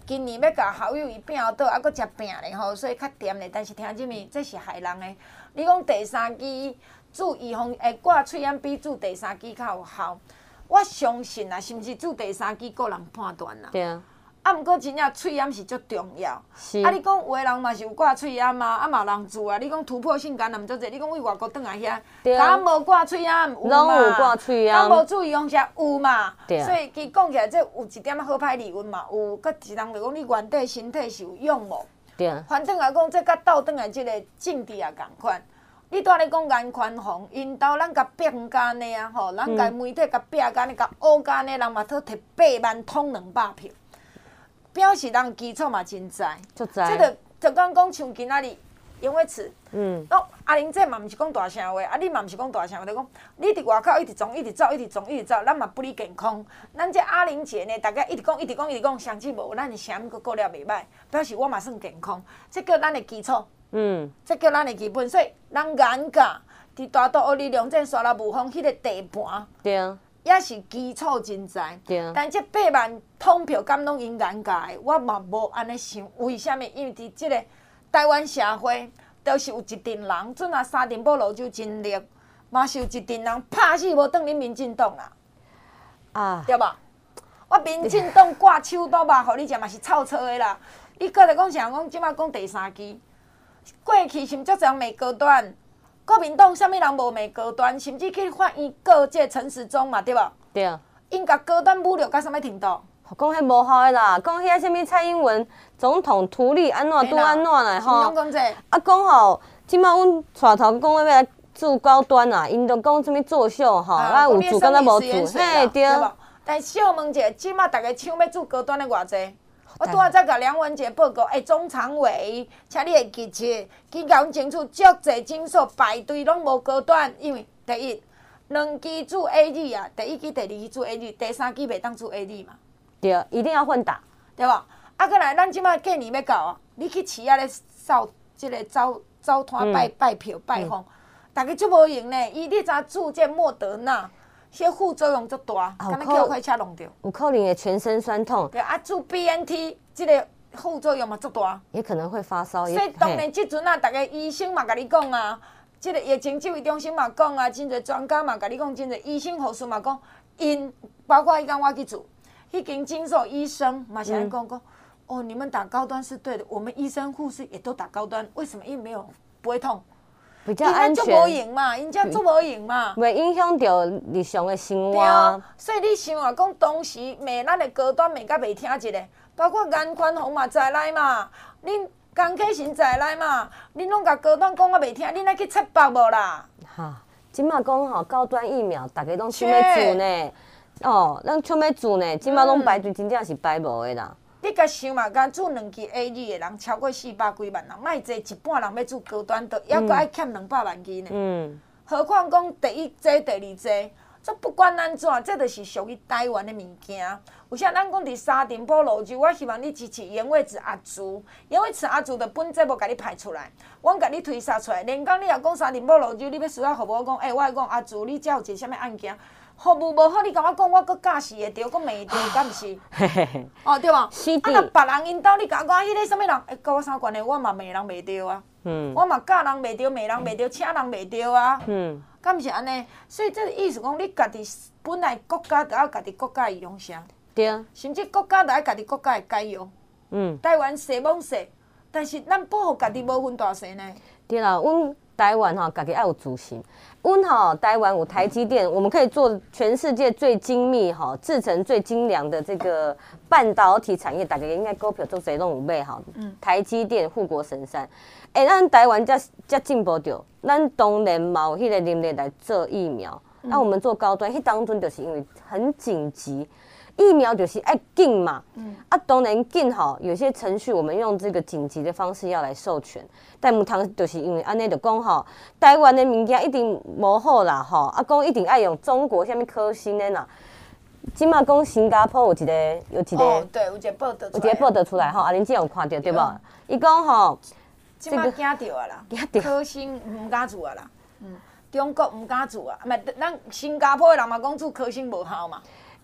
今年要甲校友伊拼倒，还佫食饼咧吼，所以较甜咧。但是听即物，这是害人的。你讲第三支注预防诶挂喙炎比注第三支较有效，我相信啊，甚至注第三支个人判断啦。 对啊。 啊，毋过真正喙炎是足重要。 是。 啊，你讲有诶人嘛是有挂喙炎啊，啊嘛有人做啊。你讲突破性感染足济，你讲为外国转来遐，敢无挂喙炎有嘛？ 拢有挂喙炎。 敢无注意用啥有嘛？ 对啊。 所以伊讲起来，这有一点好歹理论嘛，有，佮一人就讲你原底身体是有用无？ 对啊。 反正来讲，这甲倒转来即个境地也共款。你拄仔咧讲眼宽红，因兜咱甲变干呢啊吼，咱甲媒体甲变干呢，甲乌干呢，人嘛特摕八万通两百票。表示人基础嘛真知， 足知。 即个就讲讲像今仔日杨伟慈， 嗯， 哦，阿玲这嘛毋是讲大声话，啊，你嘛毋是讲大声话，就讲你伫外口一直撞，一直走，一直撞，一直走，咱嘛不离健康。咱这阿玲姐呢，大家一直讲，一直讲，一直讲，相机无，咱的声佫过了袂歹，表示我嘛算健康，这叫咱的基础，嗯，这叫咱的基本。所以人眼界伫大肚学力量这沙拉无风迄个地盘， 对啊。 也是基础真知，但这八万通票敢拢因眼界的，我嘛无安尼想。为虾米？因为伫即个台湾社会，都是有一群人，阵啊沙尘暴泸州真热，嘛是有一群人拍死无转恁民进党啦，啊，对吧？我民进党挂手刀肉，互你食嘛是臭臭的啦。你搁来讲啥？讲即摆讲第三支，过去是毋足侪人骂高端。国民党啥物人无骂高端，甚至去法院告这个陈时中嘛，对无？ 对啊。 因甲高端侮辱到啥物程度？ 讲迄无效的啦，讲遐啥物蔡英文总统图利安怎拄安怎啦吼？啊，讲吼，即摆阮带头讲要来做高端啦，因都讲啥物作秀吼，啊有做敢若无做，嘿对。 但小问者，即摆大家抢要做高端的偌济？我拄仔才甲梁文杰报告，哎，中常委，请你会记住，去甲阮争取足侪诊所排队拢无高端，因为第一，两支做 A 二啊，第一支、第二支做 A 二，第三支袂当做 A 二嘛。 对，一定要混打， 对无？啊，过来，咱即摆过年要到啊，你去市啊咧扫即个走走摊拜拜票拜访，大家足无用呢。伊你知做这莫德纳？迄副作用足大，敢若叫快车弄着。 有可能会全身酸痛。 对啊，做 B N T 即个副作用嘛足大。 也可能会发烧。 所以当然，即阵啊，大家医生嘛甲你讲啊，即个疫情指挥中心嘛讲啊，真侪专家嘛甲你讲，真侪医生护士嘛讲，因包括迄间我去做，迄间诊所医生嘛是安讲讲，哦，你们打高端是对的，我们医生护士也都打高端，为什么？因为没有不会痛。 比较安全， 因无用嘛，因遮做无用嘛， 袂影响到日常的生活。啊， 所以你想啊，讲当时骂咱的高端骂甲袂听一个，包括颜宽宏嘛在内嘛，恁江启臣在内嘛，恁拢甲高端讲啊袂听，恁爱去切腹无啦？ 哈，即马讲吼高端疫苗，大家拢想要做呢，哦，咱想要做呢，即马拢排队，真正是排无的啦。 你甲想嘛，敢做两支 A 二的人超过四百几万人，莫坐一半人要做高端，都还阁爱欠两百万支呢。嗯。何况讲第一剂、第二剂，这不管安怎，这就是属于台湾的物件。有啥咱讲伫沙尘暴泸州，我希望你支持杨伟慈阿朱，杨伟慈阿朱的本节目甲你排出来，阮甲你推杀出来。连讲你若讲沙尘暴泸州，你要需要服务讲，哎、欸，我讲阿朱，你遮有一个啥物案件？服务无好，你甲我讲，我搁假死会着，搁骂着，敢毋是？哦，对无？啊，若别人因兜，你甲我讲，迄个啥物人，哎，甲我啥关系？我嘛骂人骂着啊。嗯。我嘛教人骂着，骂人骂着，请人骂着啊。嗯。敢毋是安尼？所以这个意思讲，你家己本来国家就要家己国家的用啥？ 对啊。 甚至国家就要家己国家的该用。嗯。台湾细罔细，但是咱保护家己无分大细呢。 对啦，阮台湾吼，家己要有自信。阮吼台湾有台积电，我们可以做全世界最精密吼、制成最精良的这个半导体产业，大家应该股票做谁拢有买吼。嗯。台积电护国神山，哎、欸，咱台湾才才进步着，咱当然嘛有迄个能力来做疫苗。那、嗯、我们做高端，迄当中就是因为很紧急。疫苗就是爱紧嘛，嗯、啊当然紧吼，有些程序我们用这个紧急的方式要来授权，但唔通就是因为安尼就讲吼，台湾的物件一定无好啦吼，啊讲一定爱用中国什么科兴的啦，即马讲新加坡有一个有一个， 哦对，有一个报道， 有一个报道出来吼，啊恁即有看到对无？伊讲吼， 即马惊到啊啦，科兴唔敢做啊啦，嗯，中国唔敢做啊，唔咱新加坡的人嘛讲做科兴无效嘛。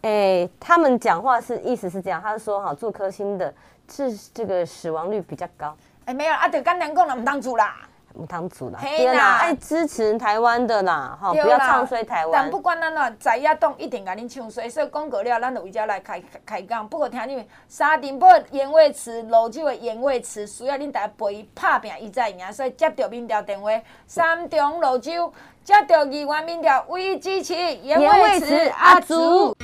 哎，他们讲话是意思是这样，他说哈，做科兴的是这个死亡率比较高。 哎，没有啊，就简单讲啦，唔当做啦。 唔通做啦， 对啦， 爱支持台湾的啦，吼，不要唱衰台湾。 但不管咱哪在野党一定甲恁唱衰，所以讲过了，咱就为遮来开开讲。不过听你们沙丁堡盐味池、泸州的盐味池，需要恁大家陪伊拍拼，伊才赢。所以接到民调电话，三中泸州接到议员民调，为支持盐味池阿祖。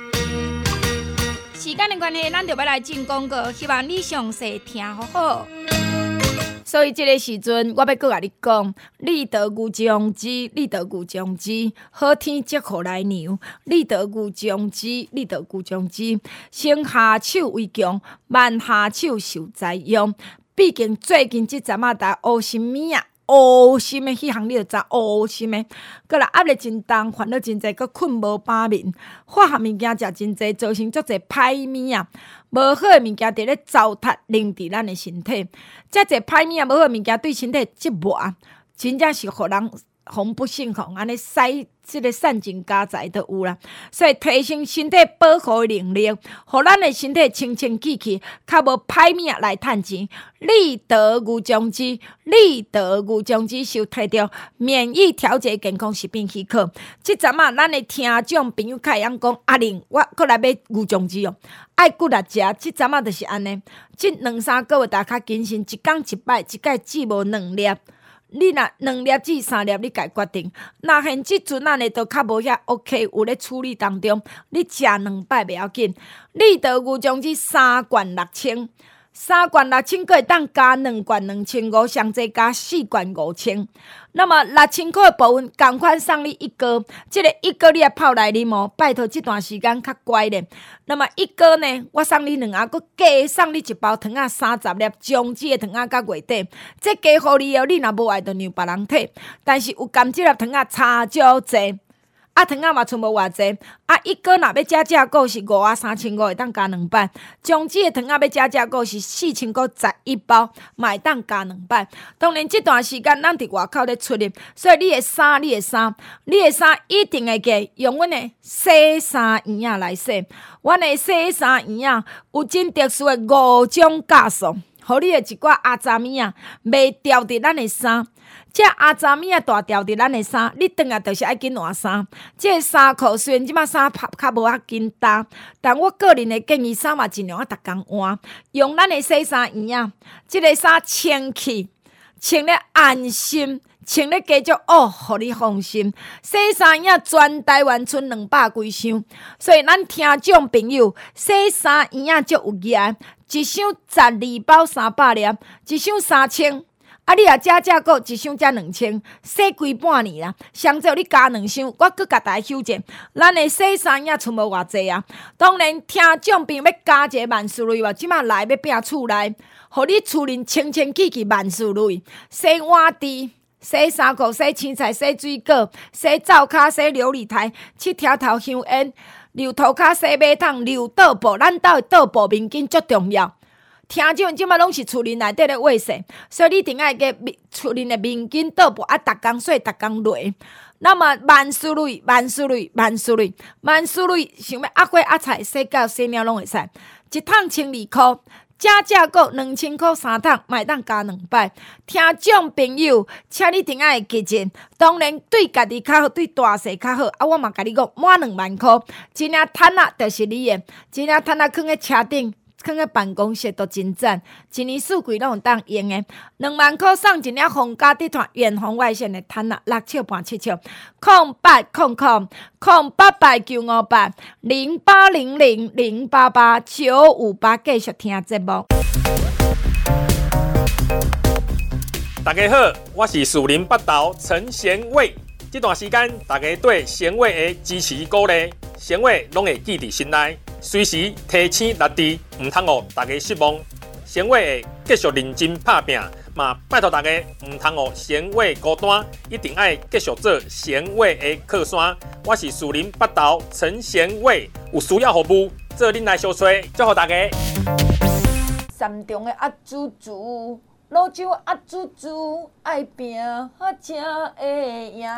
时间的关系，咱就要来进广告，希望你详细听好好。所以这个时阵，我要搁甲你讲，立德牛种子，立德牛种子，好天接福来牛，立德牛种子，立德牛种子，先下手为强，慢下手受灾殃。毕竟最近即阵仔大乌心物啊，乌心的迄项你就知乌心的，搁来压力真重，烦恼真济，搁困无饱眠，化学物件食真济，造成足济歹物啊。无好的物件伫咧糟蹋凝伫咱的身体，遮侪歹物啊，无好的物件对身体折磨，真正是互人防不胜防，安尼使即个散尽家财都有啦。所以提升身体保护的能力，互咱的身体清清气气，较无歹物来趁钱。立德牛种子，立德牛种子受摕着免疫调节健康食品许可。即阵啊，咱的听众朋友开样讲，阿玲，我搁来买牛种子哦。爱骨力食，即阵仔就是安尼。即两三个月大较谨慎，一工一摆，一摆只无两粒。你若两粒至三粒，你家决定。若现即阵安尼都较无遐 OK， 有咧处理当中，你食两摆袂要紧。立德牛种子三罐六千，三罐六千个会当加两罐两千五，上济加四罐五千。那么六千块的部分，同款送你一个，这个一个你也泡来啉哦。拜托，这段时间较乖咧。那么一个呢，我送你两盒，佮加送你一包糖啊，三十粒种子的糖啊，到月底，这加互你哦。你若无爱，就让别人摕。但是有甘蔗粒糖啊，差少济。啊，糖仔嘛剩无偌济，啊，一个若要食食个是五啊三千五，会当加两摆；种子的糖仔要食食个是四千五十一包，嘛会当加两摆。当然，这段时间咱伫外口咧出入，所以你的衫、你的衫、你的衫一定会记用阮的洗衫圆仔来洗。阮的洗衫圆仔有真特殊的五种加速，互你的一寡阿杂物啊，袂掉伫咱的衫。这阿杂物啊大条伫咱的衫，你转来就是爱紧换衫。这衫裤虽然即马衫拍较无遐紧搭，但我个人的建议衫嘛尽量啊逐工换，用咱的洗衫圆啊，即个衫穿起，穿咧安心，穿咧继续哦，互你放心。洗衫圆全台湾剩两百几箱，所以咱听众朋友，洗衫圆啊足有价，一箱十二包三百粒，一箱三千。啊！你若食食个一箱才两千，洗规半年啦。上少你加两箱，我搁甲大家修正。咱的洗衫也剩无偌济啊。当然，听众朋友要加一个万事如意，即马来要拼厝内，互你厝里清清气气，万事如意。洗碗池、洗衫裤、洗青菜、洗水果、洗灶骹、洗琉璃台、七条头香烟、溜涂骹、洗马桶、溜倒布。咱兜的倒布面巾足重要。听众即马拢是厝里内底咧喂洗，所以你一定爱个厝里的面巾倒布啊，逐工洗，逐工落。那么万事如意，万事如意，万事如意，万事如意，想要压花压菜、洗饺、洗猫拢会使。一桶千二箍，食食个两千箍三桶，卖当加两摆。听众朋友，请你一定爱记住，当然对家己较好，对大细较好。啊，我嘛甲你讲，满两万箍，一领摊啊，就是你的，一领摊啊，放在车顶。放在办公室都真赞，一年四季拢有当用的。两万块送一领皇家集团远红外线的毯啊，六尺半七尺，空八空空空八八九五八零八零零零八八九五八，继续听节目。 大家好，我是树林北投陈贤伟。这段时间，大家对贤伟的支持鼓励，贤伟拢会记伫心内。随时提醒力治，唔通互大家失望。贤伟会继续认真拍拼，嘛拜托大家唔通互贤伟孤单，一定爱继续做贤伟的靠山。我是树林北投陈贤伟，有需要服务，做恁来相找，祝福大家。 山中的阿祖祖，泸州阿祖祖，爱拼才会赢。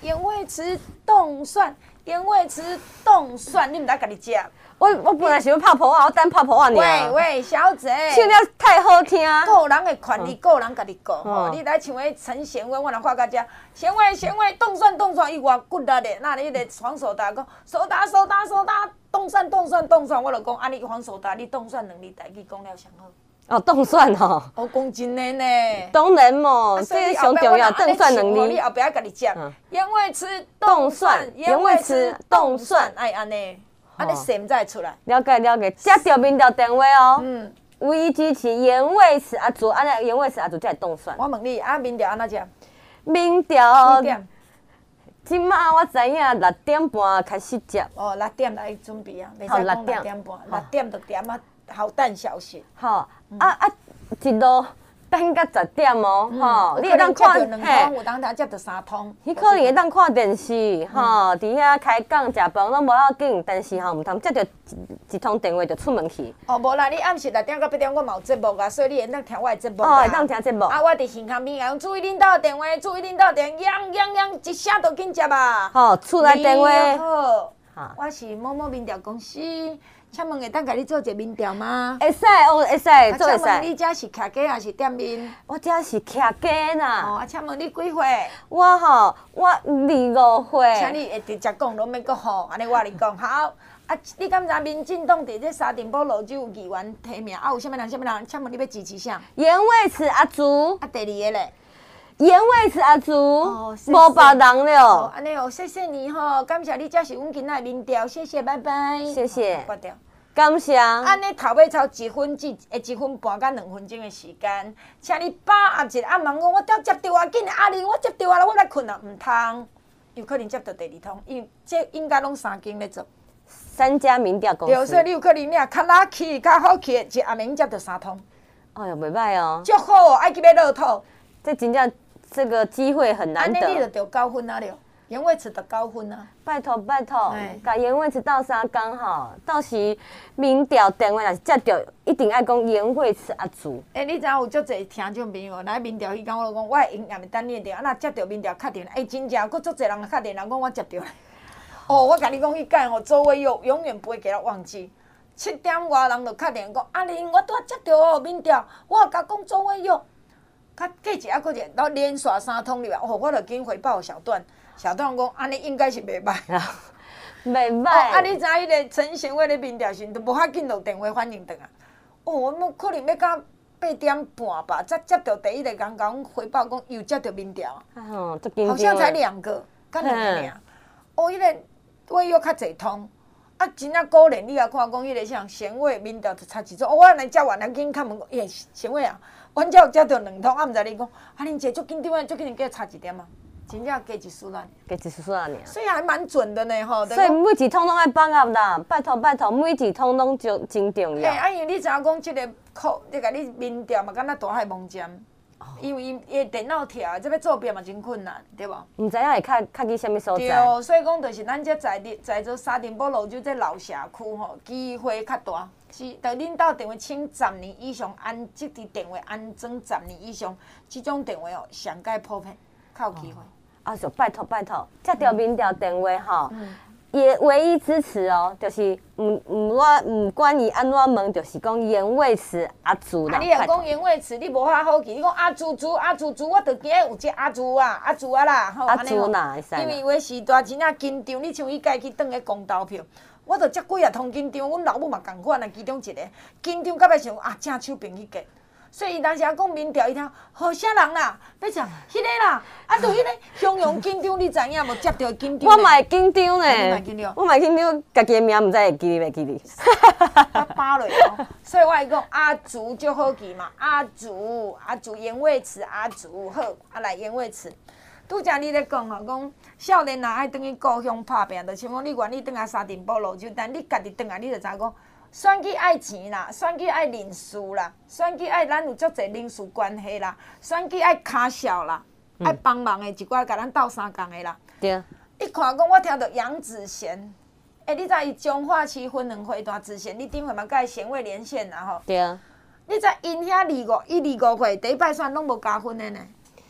盐味池冻蒜，盐味池冻蒜，你唔得家己食。 我我本来想要拍婆啊，我等拍婆啊尔。 喂喂，小姐， 唱了太好听。 个人的权利，个人家己顾吼。你来唱迄陈贤威，我来发到遮。贤威贤威，冻蒜冻蒜，伊偌骨力的，那你个黄守达讲，守达守达守达，冻蒜冻蒜冻蒜，我就讲，啊你黄守达，你冻蒜能力台语讲了上好。 哦，冻蒜哦。 我讲真的呢。 当然嘛，这上重要，冻蒜能力。 你后壁家己食，盐味吃冻蒜， 盐味吃冻蒜，哎安尼。啊！你谁才会出来？ 了解了解，接到民调电话哦。嗯，唯一支持盐味池阿祖，安尼盐味池阿祖才会冻蒜。 我问你，啊，民调安怎食？ 民调几点？ 即马我知影六点半开始接。 哦，六点来准备啊，袂使讲六点半，六点就点啊，好等消息。 好，啊啊，一路等到十点哦，吼，你会当看，嘿，有当他接到三通， 你可能会当看电视，吼，伫遐开讲食饭拢无要紧，但是吼，毋通接到一通电话就出门去。 哦，无啦，你暗时六点到八点我嘛有节目啊，所以你会当听我的节目。 哦，会当听节目。 啊，我伫现场边讲，注意恁兜电话，注意恁兜电，央央央，一声就紧接啊。 吼，厝内电话。 好，我是某某民调公司。请问会当甲你做一个民调吗？ 会使，哦会使，做会使。 请问你遮是徛家还是店面？ 我遮是徛家啦。 哦，啊，请问你几岁？ 我吼，我二五岁。 请你会直接讲，拢免阁好，安尼我来讲好。啊，你敢知民进党伫这沙丁堡路州议员提名，啊有啥物人？啥物人？请问你要支持啥？ 盐味池阿祖。 啊，第二个咧？ 盐味池阿祖。哦，无别人了。 哦，安尼哦，谢谢你吼，感谢你，这是阮今仔民调，谢谢，拜拜。 谢谢。 挂掉。 感谢。 安尼头尾超一分至诶一分半到两分钟的时间，请你把握一下。啊，问我我接到啊，紧阿玲，我接到啊，我来困啊，唔通，有可能接到第二通，因这应该拢三间咧做。 三家民调公司。 对，所以你有可能你啊，较拉气、较好气，一暗暝接到三通。 哎呦，袂歹哦。 足好哦，爱去要乐透。 这真正这个机会很难得。 安尼你就得九分啊了。盐味池得九分啊！ 拜托拜托，甲盐味池斗相共吼，到时民调电话若是接到，一定爱讲盐味池阿祖。 诶，你知影有足侪听众朋友来民调迄间，我就讲，我会永远等你的，啊，若接到民调确定，诶，真正，佫足侪人确定，人讲我接到咧。哦，我甲你讲，迄间吼，周伟佑永远不会给他忘记。七点外人就确定讲，阿玲，我拄仔接到哦民调，我甲讲周伟佑，较过一下过一下，然后连续三通入来，哦，我就紧回报小段。小段讲，安尼应该是袂歹， 袂歹。 哦，啊，你知迄个陈贤伟咧民调时，都无遐紧就电话反应转啊。哦，我们可能要到八点半吧，才接到第一个人讲回报讲又接到民调。 哦， 好像才两个，才两个尔。哦，迄个我又较侪通，啊，真正可怜你啊看讲迄个像贤伟民调就差一组，哦，我来接完来紧敲门讲，耶，贤伟啊，阮才有接到两通，啊，毋知你讲，啊，恁这足紧张啊，足紧张，加差一点啊。真正加一丝啦， 加一丝啦尔， 所以还蛮准的呢吼。 所以每一通拢爱把握啦，拜托拜托，每一通拢就真重要。 哎，啊，因为你知影讲即个考，你甲你民调嘛，敢若大海梦尖，因为伊伊电脑跳，这要作弊嘛真困难，对无？ 毋知影会较较去啥物所在。 对，所以讲就是咱这在伫在做沙丁堡路州这老社区吼，机会较大。是，就恁兜电话请十年以上安，即支电话安装十年以上，即种电话哦上界普遍，较有机会。 啊，就拜托拜托，接到民调电话吼，也唯一支持哦，就是唔唔我唔管伊安怎问，就是讲盐味池阿祖啦。 啊，你若讲盐味池，你无遐好记，你讲阿祖祖阿祖祖，我就记得有一阿祖啊，阿祖啊啦，吼， 阿祖哪会使？ 因为有诶时代真正紧张，你像伊家去转个公投票，我着遮几啊通紧张，阮老母嘛共款啊，其中一个紧张到要想啊，正手柄去夹。所以伊当时啊讲民调，伊听好啥人啦，要讲迄个啦，啊，就迄个汹涌紧张，你知影无？接到紧张。 我嘛会紧张呢， 我嘛紧张， 我嘛紧张，家己的名毋知会记哩袂记哩。 我扒落哦，所以我会讲阿祖就好记嘛，阿祖阿祖盐味池阿祖好，啊来盐味池。拄则你咧讲吼，讲少年人爱转去故乡打拼，就像讲你愿意转来沙丁堡路州，但你家己转来，你就知影讲。选举爱钱啦，选举爱人事啦，选举爱咱有足侪人事关系啦，选举爱卡小啦，嗯、爱帮忙的一寡甲咱斗相共的啦。 对。 你看讲，我听到杨子贤，诶、欸，你知伊彰化区分两会大子贤，你顶回嘛甲伊贤位连线啦吼。 对。 你知因遐二五，伊二五会第一摆选拢无加分的呢。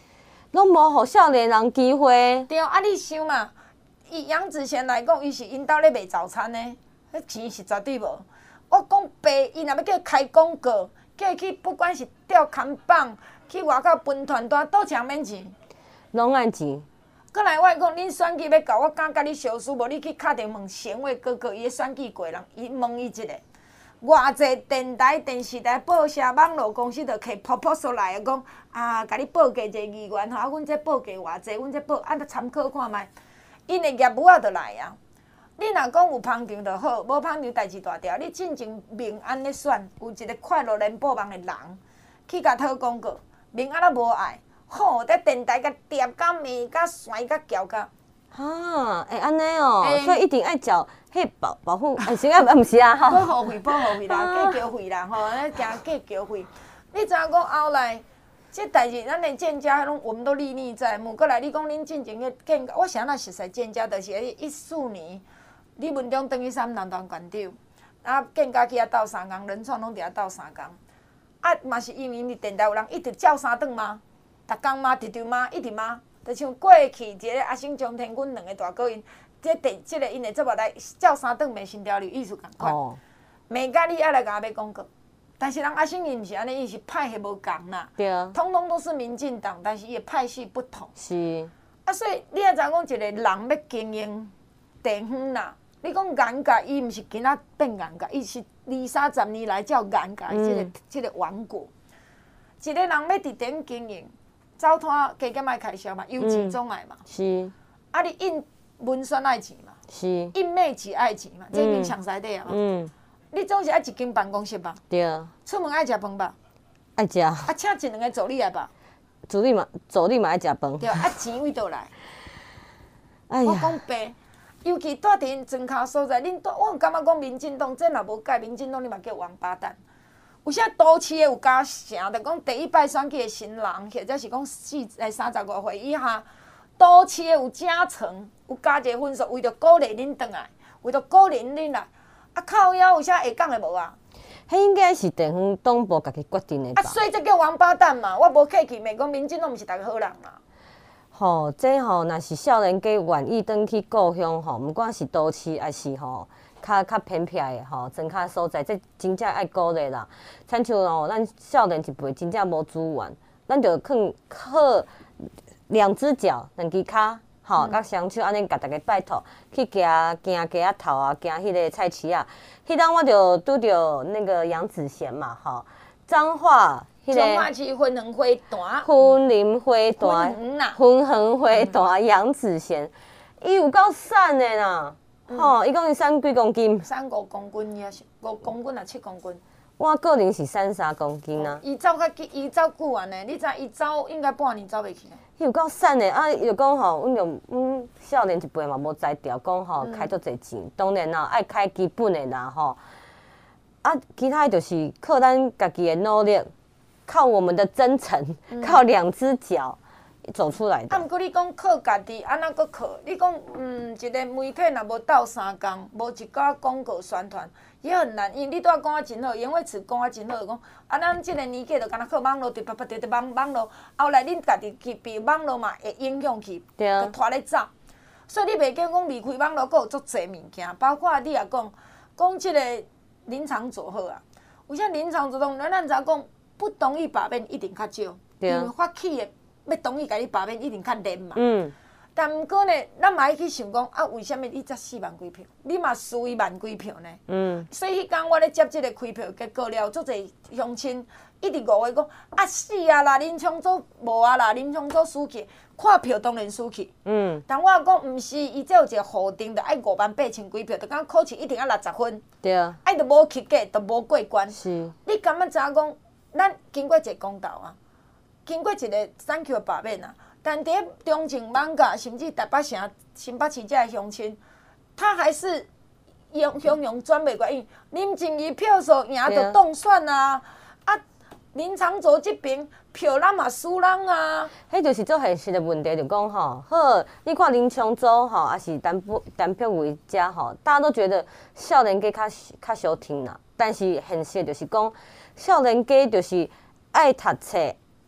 拢无互少年人机会。 对啊，你想嘛，以杨子贤来讲，伊是因兜咧卖早餐呢，迄钱是绝对无。我讲白，伊若要叫开广告，叫伊去不管是吊扛棒，去外口分团单，倒抢免钱。 拢爱钱。 过来，我讲恁选举要搞，我敢甲你相输无？你去敲电问贤惠哥哥，伊个选举过人，伊问伊一个，偌济电台、电视台、报社、网络公司，就摕泡泡出来讲啊，甲你报价一个议员吼，啊，阮这报价偌济，阮这报按着参考看卖，因的业务仔就来啊。你若讲有捧场就好，无捧场代志大条。你进前明安咧选，有一个快乐联播网的人去甲讨广告，明安也无爱。吼，伫电台甲叠甲骂甲甩甲叫甲， 哈，会安尼哦， 欸所以一定爱缴迄保保护，哎，是啊，毋是啊，吼。 保护费、保护费啦，计交费啦，吼，咧惊计交费。你知影讲后来，即代志咱的建家拢我们都历历在目。过来，你讲恁进前个建家，我啥那熟悉建家，就是迄一四年，李文忠当去三南当馆长，啊，建家去遐斗三工，人创拢伫遐斗三工，啊，嘛是因为因电台有人一直叫三顿吗？逐工骂，直直骂，一直骂，就像过去一个阿星江天阮两个大哥因，即电即个因的节目来叫三顿骂新潮流艺术共款，骂甲你爱来甲我买广告，但是人阿星因毋是安尼，伊是派系无共啦， 对啊， 通通都是民进党，但是伊的派系不同。 是。 啊，所以你也知影讲一个人要经营地方啦，你讲严格，伊毋是今仔变严格，伊是二三十年来才有严格即个即个王国。一个人要伫地方经营。走摊加减爱开销嘛，有钱总爱嘛。 是。 啊，你印文宣爱钱嘛。 是。 印妹子爱钱嘛，这面墙西底啊嘛。嗯。你总是爱一间办公室吧？ 对。 出门爱食饭吧？ 爱食。 啊，请一两个助理来吧？ 助理嘛，助理嘛爱食饭。 对，啊钱位倒来。 哎呀。 我讲白，尤其住伫庄脚所在，恁住，我感觉讲民进党，这若无改，民进党你嘛叫王八蛋。有啥都市的有加成，就讲第一摆选举的新人，或者是讲四诶三十五岁以下，都市的有加成，有加一个分数，为着鼓励恁转来，为着鼓励恁来。啊，靠腰有啥会讲的无啊？ 迄应该是地方党部家己决定的吧？ 啊，所以这叫王八蛋嘛！我无客气，袂讲民进党毋是逐个好人嘛。 吼，这吼若是少年家愿意转去故乡吼，毋管是都市还是吼。较较偏僻的吼，庄脚所在，这真正爱鼓励啦。亲像吼，咱少年一辈真正无资源，咱就靠靠两只脚、两只骹，吼，甲双手安尼甲大家拜托，去行行街仔头啊，行迄个菜市啊。迄当我就拄着那个杨子贤嘛，吼，彰化迄个。 彰化市分园花坛。 分林花坛。 分园啦。 分园花坛杨子贤，伊有够瘦的啦。吼，伊讲伊瘦几公斤？ 瘦五公斤也是五公斤啊，七公斤。 我个人是瘦三公斤啊。 伊走较久，伊走久安尼，你知伊走应该半年走袂去。 伊有够瘦的啊！伊就讲吼，阮就嗯少年一辈嘛，无才调，讲吼开足侪钱，当然啦，爱开基本的啦吼。啊，其他就是靠咱家己的努力，靠我们的真诚，靠两只脚。走出来的。 啊，毋过你讲靠家己，安怎搁靠？你讲，嗯，一个媒体若无斗三工，无一寡广告宣传，也很难。因为你拄仔讲啊真好，杨伟慈讲啊真好，讲啊，咱即个年纪就敢若靠网络，直啪啪直直网网络，后来恁家己去被网络嘛会影响去，就拖咧走。所以你袂记讲离开网络，阁有足侪物件，包括你也讲，讲即个林长佐好啊。有啥林长佐当然咱知影讲不同意罢免一定较少，因为发起的。要同意甲你罢免，一定较难嘛。嗯。但毋过呢，咱嘛爱去想讲，啊，为虾米你才四万几票？你嘛输伊万几票呢？嗯。所以迄天我咧接即个开票结果了，足侪乡亲一直误会讲，啊是啊啦，林昌祖无啊啦，林昌祖输去，看票当然输去。嗯。但我讲毋是，伊这有一个固定，着爱五万八千几票，着讲考试一定要六十分。 对啊。 爱着无及格，着无过关。 是。 你敢要知影讲，咱经过一个公道啊？经过一个选举的罢免啊，但伫中正艋舺甚至台北城、新北市这的乡亲，他还是用用用转袂过，因林静怡票数赢着当选啊，啊林长佐这边票咱嘛输人啊。 迄就是做现实的问题，就讲吼，好，你看林长佐吼，还是单不单票为佳吼，大家都觉得少年家较较小听啦，但是现实就是讲，少年家就是爱读册。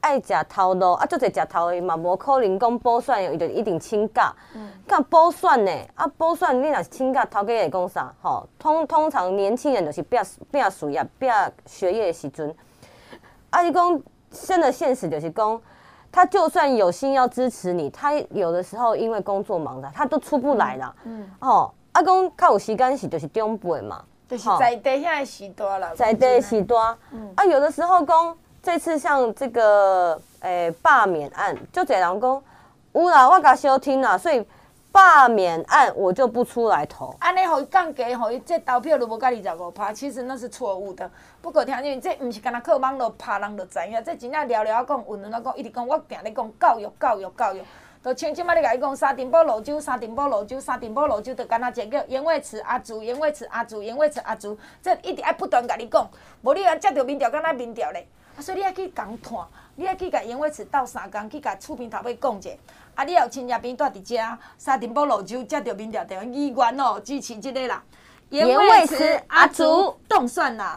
爱食头路，啊，足侪食头的嘛，无可能讲补选伊就一定请假。干补选呢？啊，补选你若是请假，头家会讲啥？吼，通通常年轻人就是拼拼事业、拼学业的时阵，啊，你讲真的现实就是讲，他就算有心要支持你，他有的时候因为工作忙的，他都出不来啦。嗯，哦，啊，讲较有时间是就是长辈嘛， 就是在地遐的时代啦， 在地的时代。嗯，啊，有的时候讲。这次像这个诶罢免案，就侪人讲有啦，我甲收听啦，所以罢免案我就不出来投。 安尼，互伊降价，互伊这投票都无到二十五趴，其实那是错误的。不过听见这毋是干那靠网络拍人就知影，这真正聊聊讲，有人来讲，一直讲，我定咧讲教育，教育，教育。就像即摆咧甲伊讲，沙丁堡泸州，沙丁堡泸州，沙丁堡泸州，就干那一个叫盐味池阿祖，盐味池阿祖，盐味池阿祖，这一直爱不断甲你讲，无你安接着民调，敢若民调咧。啊，所以你爱去共看，你爱去甲盐味池斗三工，去甲厝边头尾讲者。啊，你有亲戚边住伫遮，沙丁堡泸州接着民调，台湾议员哦支持即个啦。 盐味池阿祖当选啦。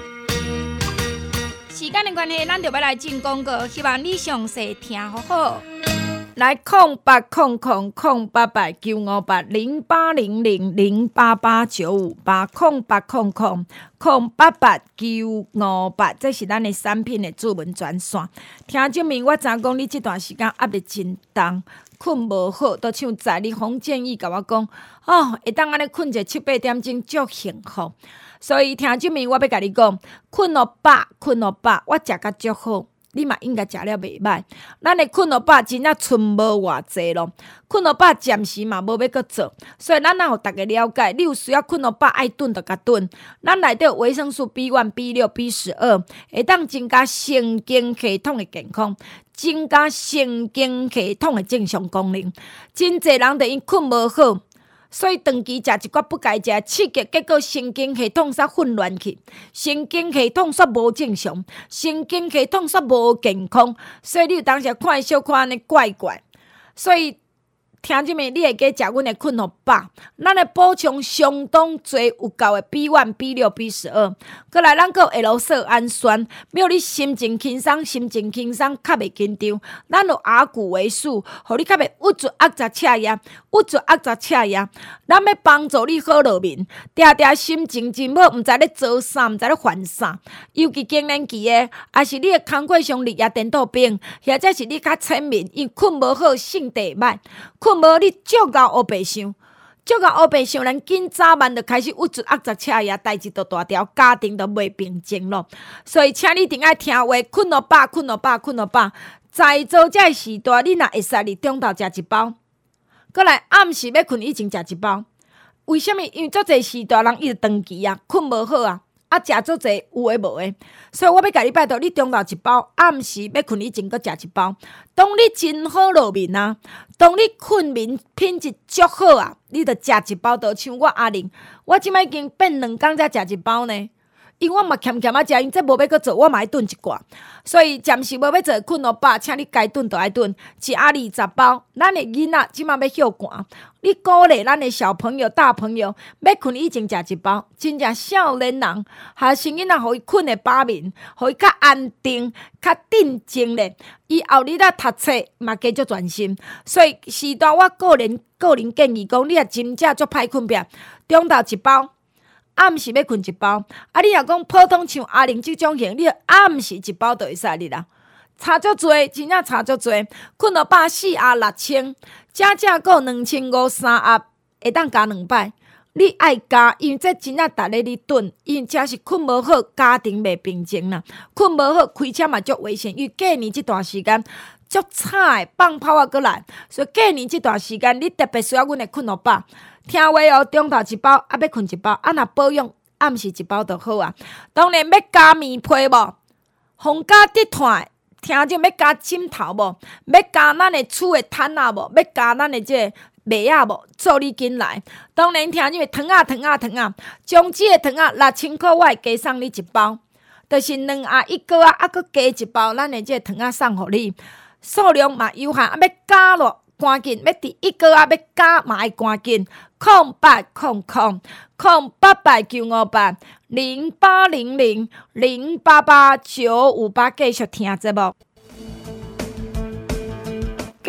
时间的关系，咱就要来进广告，希望你详细听好好。来空八空空空八八九五八零八零零零八八九五八空八空空空八八九五八，这是咱的产品的主文专线。听证明，我知讲你这段时间压力真重，困无好，都像在你洪建议甲我讲，哦，会当安尼困者七八点钟足幸福。所以听证明，我要甲你讲，困了饱，困了饱，我食甲足好。你嘛应该食了袂歹，咱的困了饱真正剩无偌济咯。困了饱暂时嘛无要阁做，所以咱若互大家了解，你有需要困了饱爱炖就甲炖。咱内底有维生素 B 一、B 六、B 十二，会当增加神经系统的健康，增加神经系统的正常功能。真侪人就因困无好。所以长期食一寡不该食的刺激，结果神经系统煞混乱去，神经系统煞无正常，神经系统煞无健康，所以你有当时看小看安尼怪怪。所以听即面，你会加食阮的困互饱，咱的补充相当多有够的 B 一、B 六、B 十二，过来咱有 L 色氨酸，要你心情轻松，心情轻松较袂紧张。咱有阿古维素，互你较袂郁卒压杂赤压，郁卒压杂赤压。咱要帮助你好落眠，定定心情真好，毋知咧做啥，毋知咧烦啥。尤其更年期的，也是你的工课上日夜颠倒病，或者是你较浅眠，因困无好，性地歹，困无你足够黑白想，足够黑白想，咱紧早晚就开始郁卒压杂赤压，代志就大条，家庭就袂平静咯。所以请你一定爱听话，困了饱，困了饱，困了饱。在做这个时代，你若会使你中昼食一包。过来暗时要困以前食一包，为什么？因为足侪时代人伊就长期啊，困无好啊，啊食足侪有诶无诶，所以我要甲你拜托，你中昼一包，暗时要困以前阁食一包。当你真好落眠啊，当你困眠品质足好啊，你着食一包，就像我阿玲，我即摆已经变两工才食一包呢。因为我嘛欠欠啊食，因这无要阁做，我嘛爱炖一寡，所以暂时无要做困了饱，请你该炖就爱炖，一盒二十包。咱的囡仔即马要休寒，你鼓励咱的小朋友、大朋友要困以前食一包，真正少年人还是囡仔，互伊困的饱眠，互伊较安定、较定静咧。以后你若读册嘛加足专心，所以时代我个人个人建议讲，你若真正足歹困眠，中昼一包。暗时要困一包，啊！你若讲普通像阿玲即种型，你暗时一包就会使你啦。差足多，真正差足多。困了饱四盒六千，正正够两千五三盒，会当加两摆。你爱加，因为这真正逐日你炖，因为这是困无好，家庭袂平静啦。困无好，开车嘛足危险。因为过年这段时间足惨诶，放炮啊过来，所以过年这段时间你特别需要阮的困了饱。听话哦，中昼一包，啊要困一包，啊若保养暗时一包就好啊。当然要加棉被无，防加滴炭，听着要加枕头无，要加咱的厝的毯仔无，要加咱的这个袜仔无，做你紧来。当然听着糖仔糖仔糖仔，将这个糖仔六千块，我会加送你一包，就是两盒一个啊，啊搁加一包，咱的这个糖仔送互你，数量嘛有限，啊要加咯。赶紧，要伫一个啊，要加嘛爱赶紧，空八空空空八八九五八零八零零零八八九五八，继续听节目。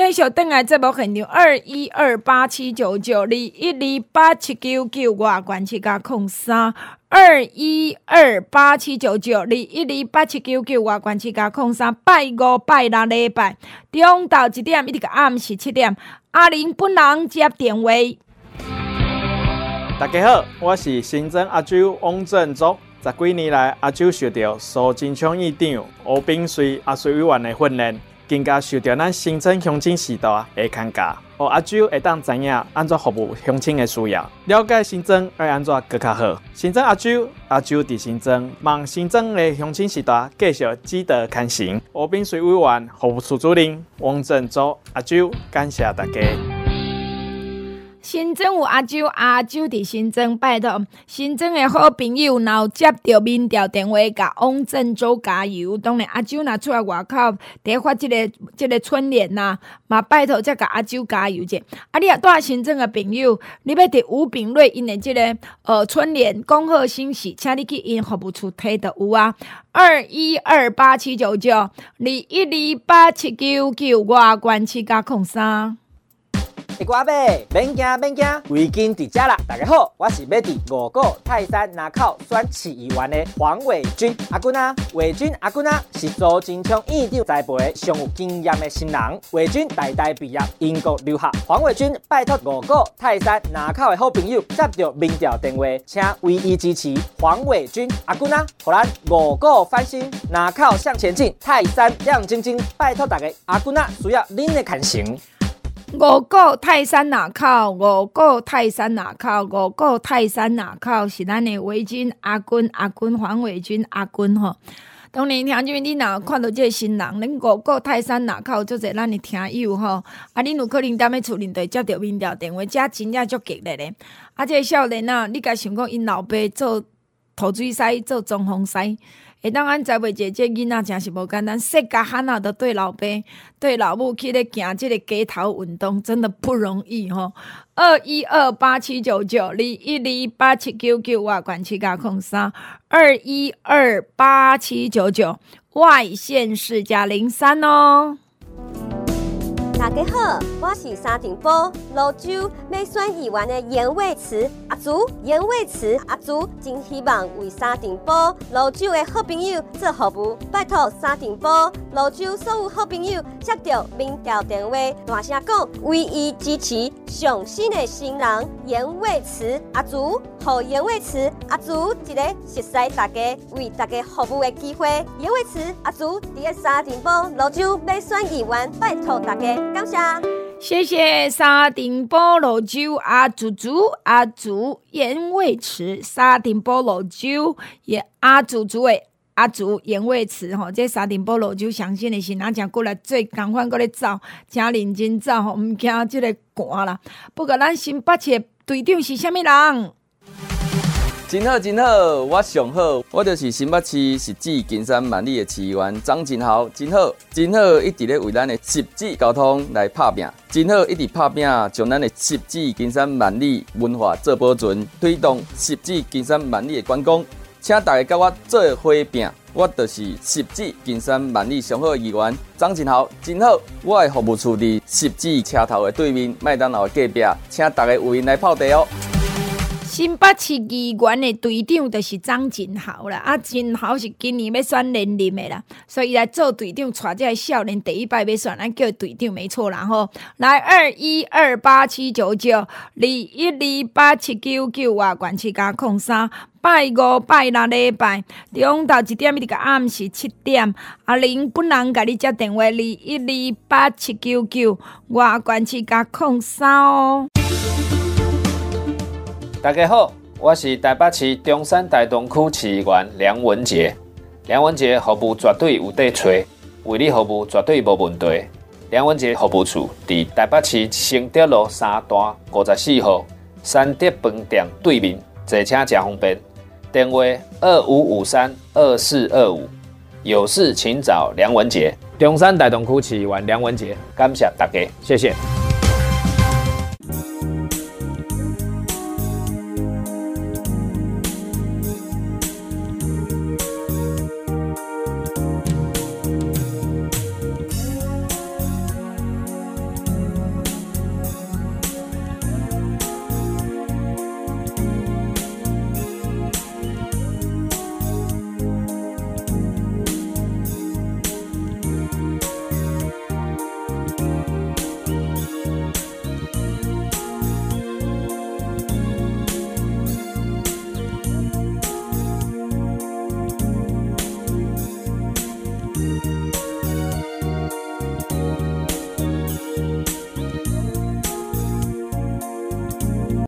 继续转来节目现场二一二八七九九二一二八七九九外关七加空三二一二八七九九二一二八七九九外关七加空三拜五拜六礼拜中昼一点一直到暗时七点，阿玲本人接电话。 大家好，我是新增阿周王振祖。十几年来，阿周受到苏贞昌院长吴秉绥阿水委员的训练，更加受到咱新增乡亲时代的看教。哦，阿周会当知影安怎服务乡亲的需要，了解新增要安怎更较好。新增阿周，阿周伫新增，望新增的乡亲时代继续积德看行。吴秉绥委员、服务处主任王振祖阿周，感谢大家。 新庄有阿周，阿周伫新庄拜托新庄的好朋友，若有接到民调电话，甲王振洲加油。当然，阿周若出来外口，伫发即、这个即、这个春联呐，嘛拜托再甲阿周加油者。啊，你若住新庄的朋友，你要伫吴炳瑞因的即、这个呃春联恭贺新喜，请你去因服务处摕就有啊。二一二八七九九，二一二八七九九，外关七加空三。 地瓜贝，免惊免惊，围巾伫遮啦！大家好，我是要伫五股泰山南口选市议员的黄伟军阿君啊。伟军阿君啊，是苏贞昌院长栽培上有经验的新人。伟军代代毕业，英国留学。黄伟军拜托五股泰山南口的好朋友接到民调电话，请唯一支持黄伟军阿君啊，互咱五股翻新，南口向前进，泰山亮晶晶。拜托大家，阿君啊，需要恁的看成。 五股泰山那口，五股泰山那口，五股泰山那口是咱的维军阿君阿君黄伟军阿君吼。当然，听众你若看到这个新人，恁五股泰山那口做者咱的听友吼，啊，恁有可能踮咧厝里就接到民调电话，这真正足激烈的。啊，这个少年啊，你甲想讲因老爸做土水师，做装潢师。会当安栽培一个这囡仔真是无简单，细甲汉啊，都对老爸、对老母去咧行这个街头运动，真的不容易吼。二一二八七九九，二一二八七九九，外关七加空三，二一二八七九九，外县市加零三哦。 大家好，我是沙尘暴泸州要选议员的严伟慈阿祖，严伟慈阿祖真希望为沙尘暴泸州的好朋友做服务，拜托沙尘暴泸州所有好朋友接到民调电话，大声讲唯一支持上新的新人严伟慈阿祖，互严伟慈阿祖一个熟悉大家、为大家服务的机会。严伟慈阿祖伫个沙尘暴泸州要选议员，拜托大家。感谢， 谢谢沙尘暴泸州阿祖祖阿祖严伟慈，沙尘暴泸州也阿祖祖的阿祖严伟慈吼，这沙尘暴泸州相信的是哪讲过来做共款过来走，真认真走吼，唔惊这个寒啦。不过咱新北市队长是啥物人？ 真好真好，我上好，我就是新北市十指金山万里的市议员张金豪，真好真好，一直咧为咱的十指交通来拍拼，真好一直拍拼，将咱的十指金山万里文化做保存，推动十指金山万里的观光，请大家跟我做伙拼。我就是十指金山万里上好的议员张金豪，真好，我的服务处伫十指车头的对面，麦当劳的隔壁，请大家有闲来泡茶哦。 新北市议员的队长就是张金豪啦，啊，金豪是今年要选连任的啦，所以来做队长，带这个少年第一摆要选，咱叫队长没错啦吼。来二一二八七九九，二一二八七九九，外关七加空三。拜五拜六礼拜，中昼一点一直到暗时七点，阿玲本人甲你接电话，二一二八七九九，外关七加空三哦。 大家好，我是台北市中山大东区市议员梁文杰。梁文杰服务绝对有底找，为你服务绝对无问题。梁文杰服务处伫台北市承德路三段五十四号三德饭店对面，坐车真方便。电话二五五三二四二五，有事请找梁文杰。中山大东区市议员梁文杰，感谢大家，谢谢。